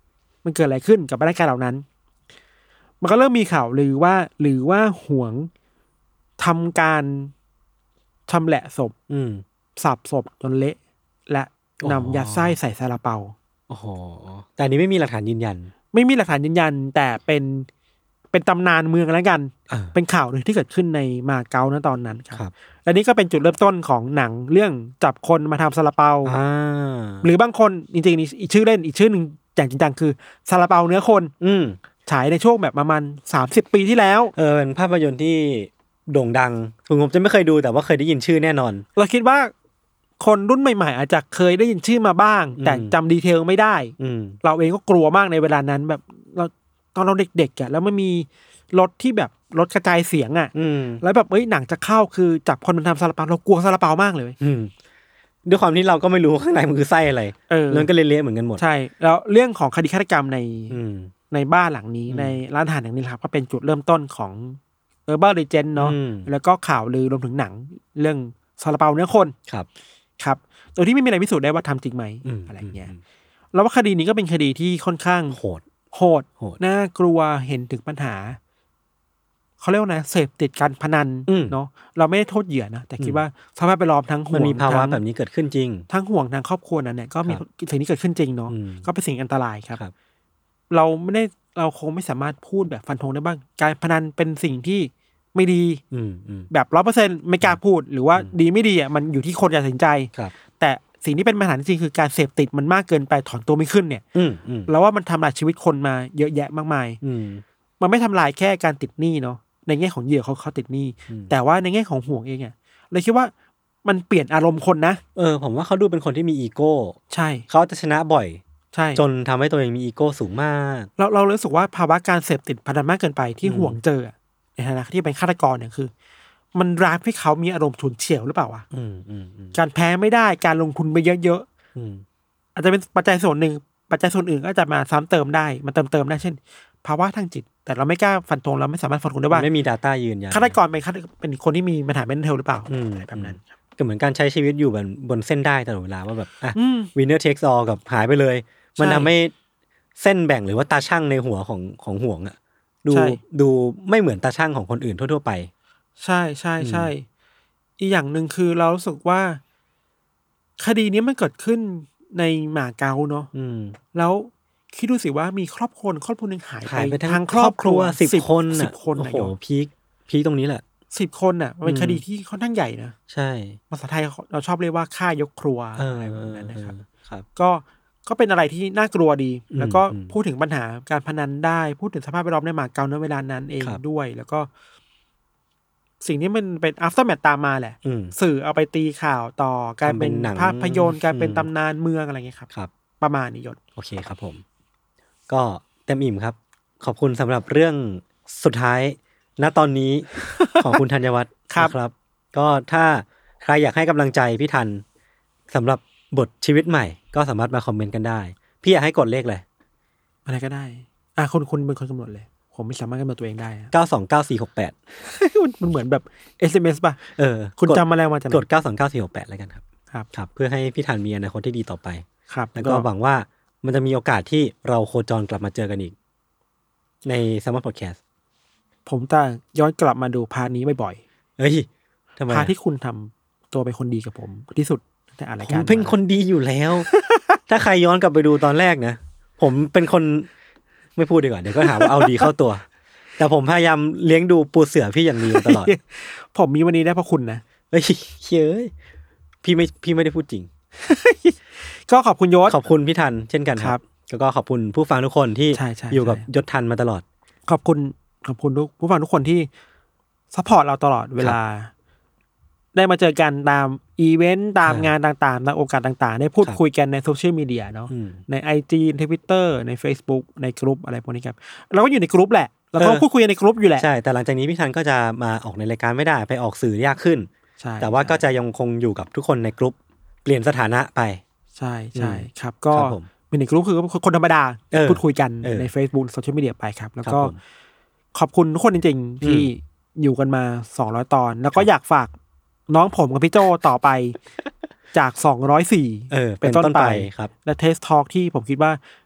มันเกิดอะไรขึ้นกับรายการเหล่านั้นมันก็เริ่มมีข่าวลือว่าหรือว่าหวงทำการชำแหละศพสับศพจนเละและนำยัดไส้ใส่ซาลาเปาโอ้โหแต่อันนี้ไม่มีหลักฐานยืนยันไม่มีหลักฐานยืนยันแต่เป็นเป็นตำนานเมืองแล้วกันเป็นข่าวหนึ่งที่เกิดขึ้นในมาเก๊าณตอนนั้นครับและนี่ก็เป็นจุดเริ่มต้นของหนังเรื่องจับคนมาทำซาลาเปาหรือบางคนจริงๆอีกชื่อเล่นอีกชื่อหนึ่งอย่างจริงจังคือซาลาเปาเนื้อคนฉายในช่วงแบบประมาณสามสิบปีที่แล้วเออเป็นภาพยนตร์ที่โด่งดังผมจะไม่เคยดูแต่ว่าเคยได้ยินชื่อแน่นอนเราคิดว่าคนรุ่นใหม่ๆอาจจะเคยได้ยินชื่อมาบ้างแต่จำดีเทลไม่ได้เราเองก็กลัวมากในเวลานั้นแบบเราตอนเราเด็กๆอ่ะแล้วมันมีรถที่แบบรถกระจายเสียงอ่ะแล้วแบบเอ้ยหนังจะเข้าคือจับคนมันทำซาลาเปาเรากลัวซาลาเปามากเลยด้วยความที่เราก็ไม่รู้ข้างในมันคือไส้อะไรแล้วก็เละๆเหมือนกันหมดใช่แล้วเรื่องของคดีฆาตกรรมในในบ้านหลังนี้ในร้านอาหารแห่งนี้ครับก็เป็นจุดเริ่มต้นของเออร์เบอร์เลเจนด์เนาะแล้วก็ข่าวลือรวมถึงหนังเรื่องซาลาเปาเนื้อคนครับครับโดยที่ไม่มีอะไรพิสูจน์ได้ว่าทำจริงไหมอะไรเงี้ยแล้วว่าคดีนี้ก็เป็นคดีที่ค่อนข้างโหดโหดน่ากลัวเห็นถึงปัญหาเขาเรียกว่านะเสพติดการพนันเนาะเราไม่ได้โทษเหยื่อนะแต่คิดว่าสภาพแวดล้อมทั้งห่วงมันมีภาวะแบบนี้เกิดขึ้นจริงทั้งห่วงทางครอบครัวนั้นเนี่ยก็มีสิ่งนี้เกิดขึ้นจริงเนาะก็เป็นสิ่งอันตรายครับเราไม่ได้เราคงไม่สามารถพูดแบบฟันธงได้บ้างการพนันเป็นสิ่งที่ไม่ดีแบบร้อยเปอร์เซ็นต์ไม่กล้าพูดหรือว่าดีไม่ดีอ่ะมันอยู่ที่คนจะตัดสินใจแต่สิ่งที่เป็นปัญหาจริงคือการเสพติดมันมากเกินไปถอนตัวไม่ขึ้นเนี่ยแล้วว่ามันทำลายชีวิตคนมาเยอะแยะมากมายมันไม่ทำลายแค่การติดหนี้เนาะในแง่ของเหยื่อเขาเขาติดหนี้แต่ว่าในแง่ของห่วงเองอ่ะเลยคิดว่ามันเปลี่ยนอารมณ์คนนะเออผมว่าเขาดูเป็นคนที่มีอีโก้ใช่เขาจะชนะบ่อยใช่จนทำให้ตัวเองมีอีโก้สูงมากเราเรารู้สึกว่าภาวะการเสพติดพนันมากเกินไปที่ห่วงเจอในฐานะที่เป็นฆาตกรเนี่ยคือมันร้ายให้เขามีอารมณ์ฉุนเฉียวหรือเปล่าวะการแพ้ไม่ได้การลงทุนไปเยอะๆอาจจะเป็นปัจจัยส่วนหนึ่งปัจจัยส่วนอื่นก็จะมาซ้ำเติมได้มาเติมเติมได้เช่นภาวะทางจิตแต่เราไม่กล้าฟันธงเราไม่สามารถฟันธงได้ว่าไม่มี data ยืนยันฆาตกรเป็นฆาตเป็นคนที่มีปัญหาเมนเทลหรือเปล่าอะไรแบบนั้นก็เหมือนการใช้ชีวิตอยู่บนบนเส้นได้ตลอดเวลาว่าแบบอ่ะ winner takes all กับหายไปเลยมันทำให้เส้นแบ่งหรือว่าตาช่างในหัวของของห่วงอ่ะดูดูไม่เหมือนตาช่างของคนอื่นทั่วๆไปใช่ใช่ใช่อีกอย่างหนึ่งคือเรารู้สึกว่าคดีนี้มันเกิดขึ้นในหมาเก๊าเนาะแล้วคิดดูสิว่ามีครอบครัวครอบครัวนึงหายไปทั้งครอบครัวสิบคนสิบคนโอ้โหพีคพีคตรงนี้แหละสิบคนน่ะมันเป็นคดีที่ค่อนข้างใหญ่นะใช่ภาษาไทยเราชอบเรียกว่าฆ่ายกครัวอะไรแบบนั้นนะครับครับก็ก็เป็นอะไรที่น่ากลัวดีแล้วก็พูดถึงปัญหาการพนันได้พูดถึงสภาพแวดล้อมในหมาเก๊าในเวลานั้นเองด้วยแล้วก็สิ่งนี้มันเป็น aftermath ตามมาแหละสื่อเอาไปตีข่าวต่อกลายเป็นภาพยนตร์กลายเป็นตำนานเมืองอะไรเงี้ยครับครับประมาณนี้ยศโอเคครับผมก็เต็มอิ่มครับขอบคุณสำหรับเรื่องสุดท้ายณตอนนี้ ของคุณธัญวัฒน์ครับก็ถ้าใครอยากให้กำลังใจพี่ทันสำหรับบทชีวิตใหม่ก็สามารถมาคอมเมนต์กันได้พี่อยากให้กดเลขเลยอะไรก็ได้อ่ะคุณคุณเป็นคนกำหนดเลยผมไม่สามารถกำหนดตัวเองได้เก้า สอง เก้า สี่ หก แปดมันเหมือนแบบ เอส เอ็ม เอส ป่ะเออคุณจำมาแล้วมาจากกดเก้า สอง เก้า สี่ หก แปดแล้วกันครับครับครับเพื่อให้พี่ทันมีอนาคตที่ดีต่อไปครับแล้วก็หวังว่ามันจะมีโอกาสที่เราโคจรกลับมาเจอกันอีกใน Summer Podcast ผมจะย้อนกลับมาดูพาร์ทนี้บ่อยๆเฮ้ยทำไมพาร์ทที่คุณทำตัวเป็นคนดีกับผมที่สุดแต่อะไรกันผมเป็นคนดีอยู่แล้ว ถ้าใครย้อนกลับไปดูตอนแรกนะผมเป็นคนไม่พูดดีกว่าเดี๋ยวก็หาว่าเอาดีเข้าตัวแต่ผมพยายามเลี้ยงดูปูเสือพี่อย่างดีตลอดผมมีวันนี้ได้เพราะคุณนะเฮ้ยเฮ้ยพี่ไม่พี่ไม่ได้พูดจริงก็ขอบคุณยศขอบคุณพี่ทันเช่นกันครับแล้วก็ขอบคุณผู้ฟังทุกคนที่อยู่กับยศทันมาตลอดขอบคุณขอบคุณทุกผู้ฟังทุกคนที่ซัพพอร์ตเราตลอดเวลาได้มาเจอกันตามอีเวนต์ตามงานต่างๆตามโอกาสต่างๆได้พูดคุยกันในโซเชียลมีเดียเนาะใน ไอ จี Twitter ใน Facebook ในกลุ่มอะไรพวกนี้ครับเราก็อยู่ในกลุ่มแหละแล้วก็พูดคุยในกลุ่มอยู่แหละใช่แต่หลังจากนี้พี่ทันก็จะมาออกในรายการไม่ได้ไปออกสื่อยากขึ้นแต่ว่าก็จะยังคงอยู่กับทุกคนในกลุ่มเปลี่ยนสถานะไปใช่ใช่ครับก็เป็นในกลุ่มคือคนธรรมดาพูดคุยกันใน Facebook โซเชียลมีเดียไปครับแล้วก็ขอบคุณทุกคนจริงๆที่อยู่กันมาสองร้อยตอนแล้วก็อยากฝากน้องผมกับพี่โจต่อไปจากสองร้อยสี่เออเป็นต้นไปครับและเทสทอล์กที่ผมคิดว่า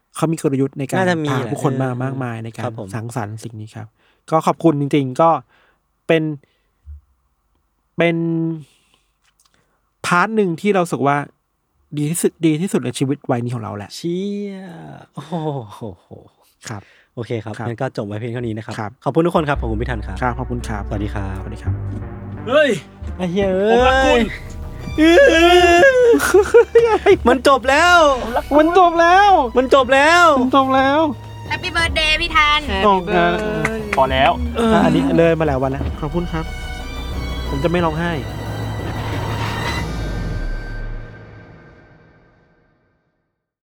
เขามีกลยุทธ์ในการพาผู้คนมามากมายในการสังสรรค์สิ่งนี้ครับก็ขอบคุณจริงๆก็เป็นเป็นพาร์ทหนึ่งที่เราสึกว่าดีที่สุดดีที่สุดในชีวิตวัยนี้ของเราแหละเชี่ยโอ้โหครับโอเคครับงั้นก็จบไว้เพียงเท่านี้นะครับครับขอบคุณทุกคนครับขอบคุณพี่ทันครับครับขอบคุณครับสวัสดีครับสวัสดีครับเฮ้ยไอ้เหี้ยผมรักคุณมันจบแล้วมันจบแล้วมันจบแล้วมันจบแล้วแฮปปี้เบิร์ธเดย์พี่ทันพอแล้วอันนี้เลยมาแล้ววันแล้วขอบคุณครับผมจะไม่ร้องไห้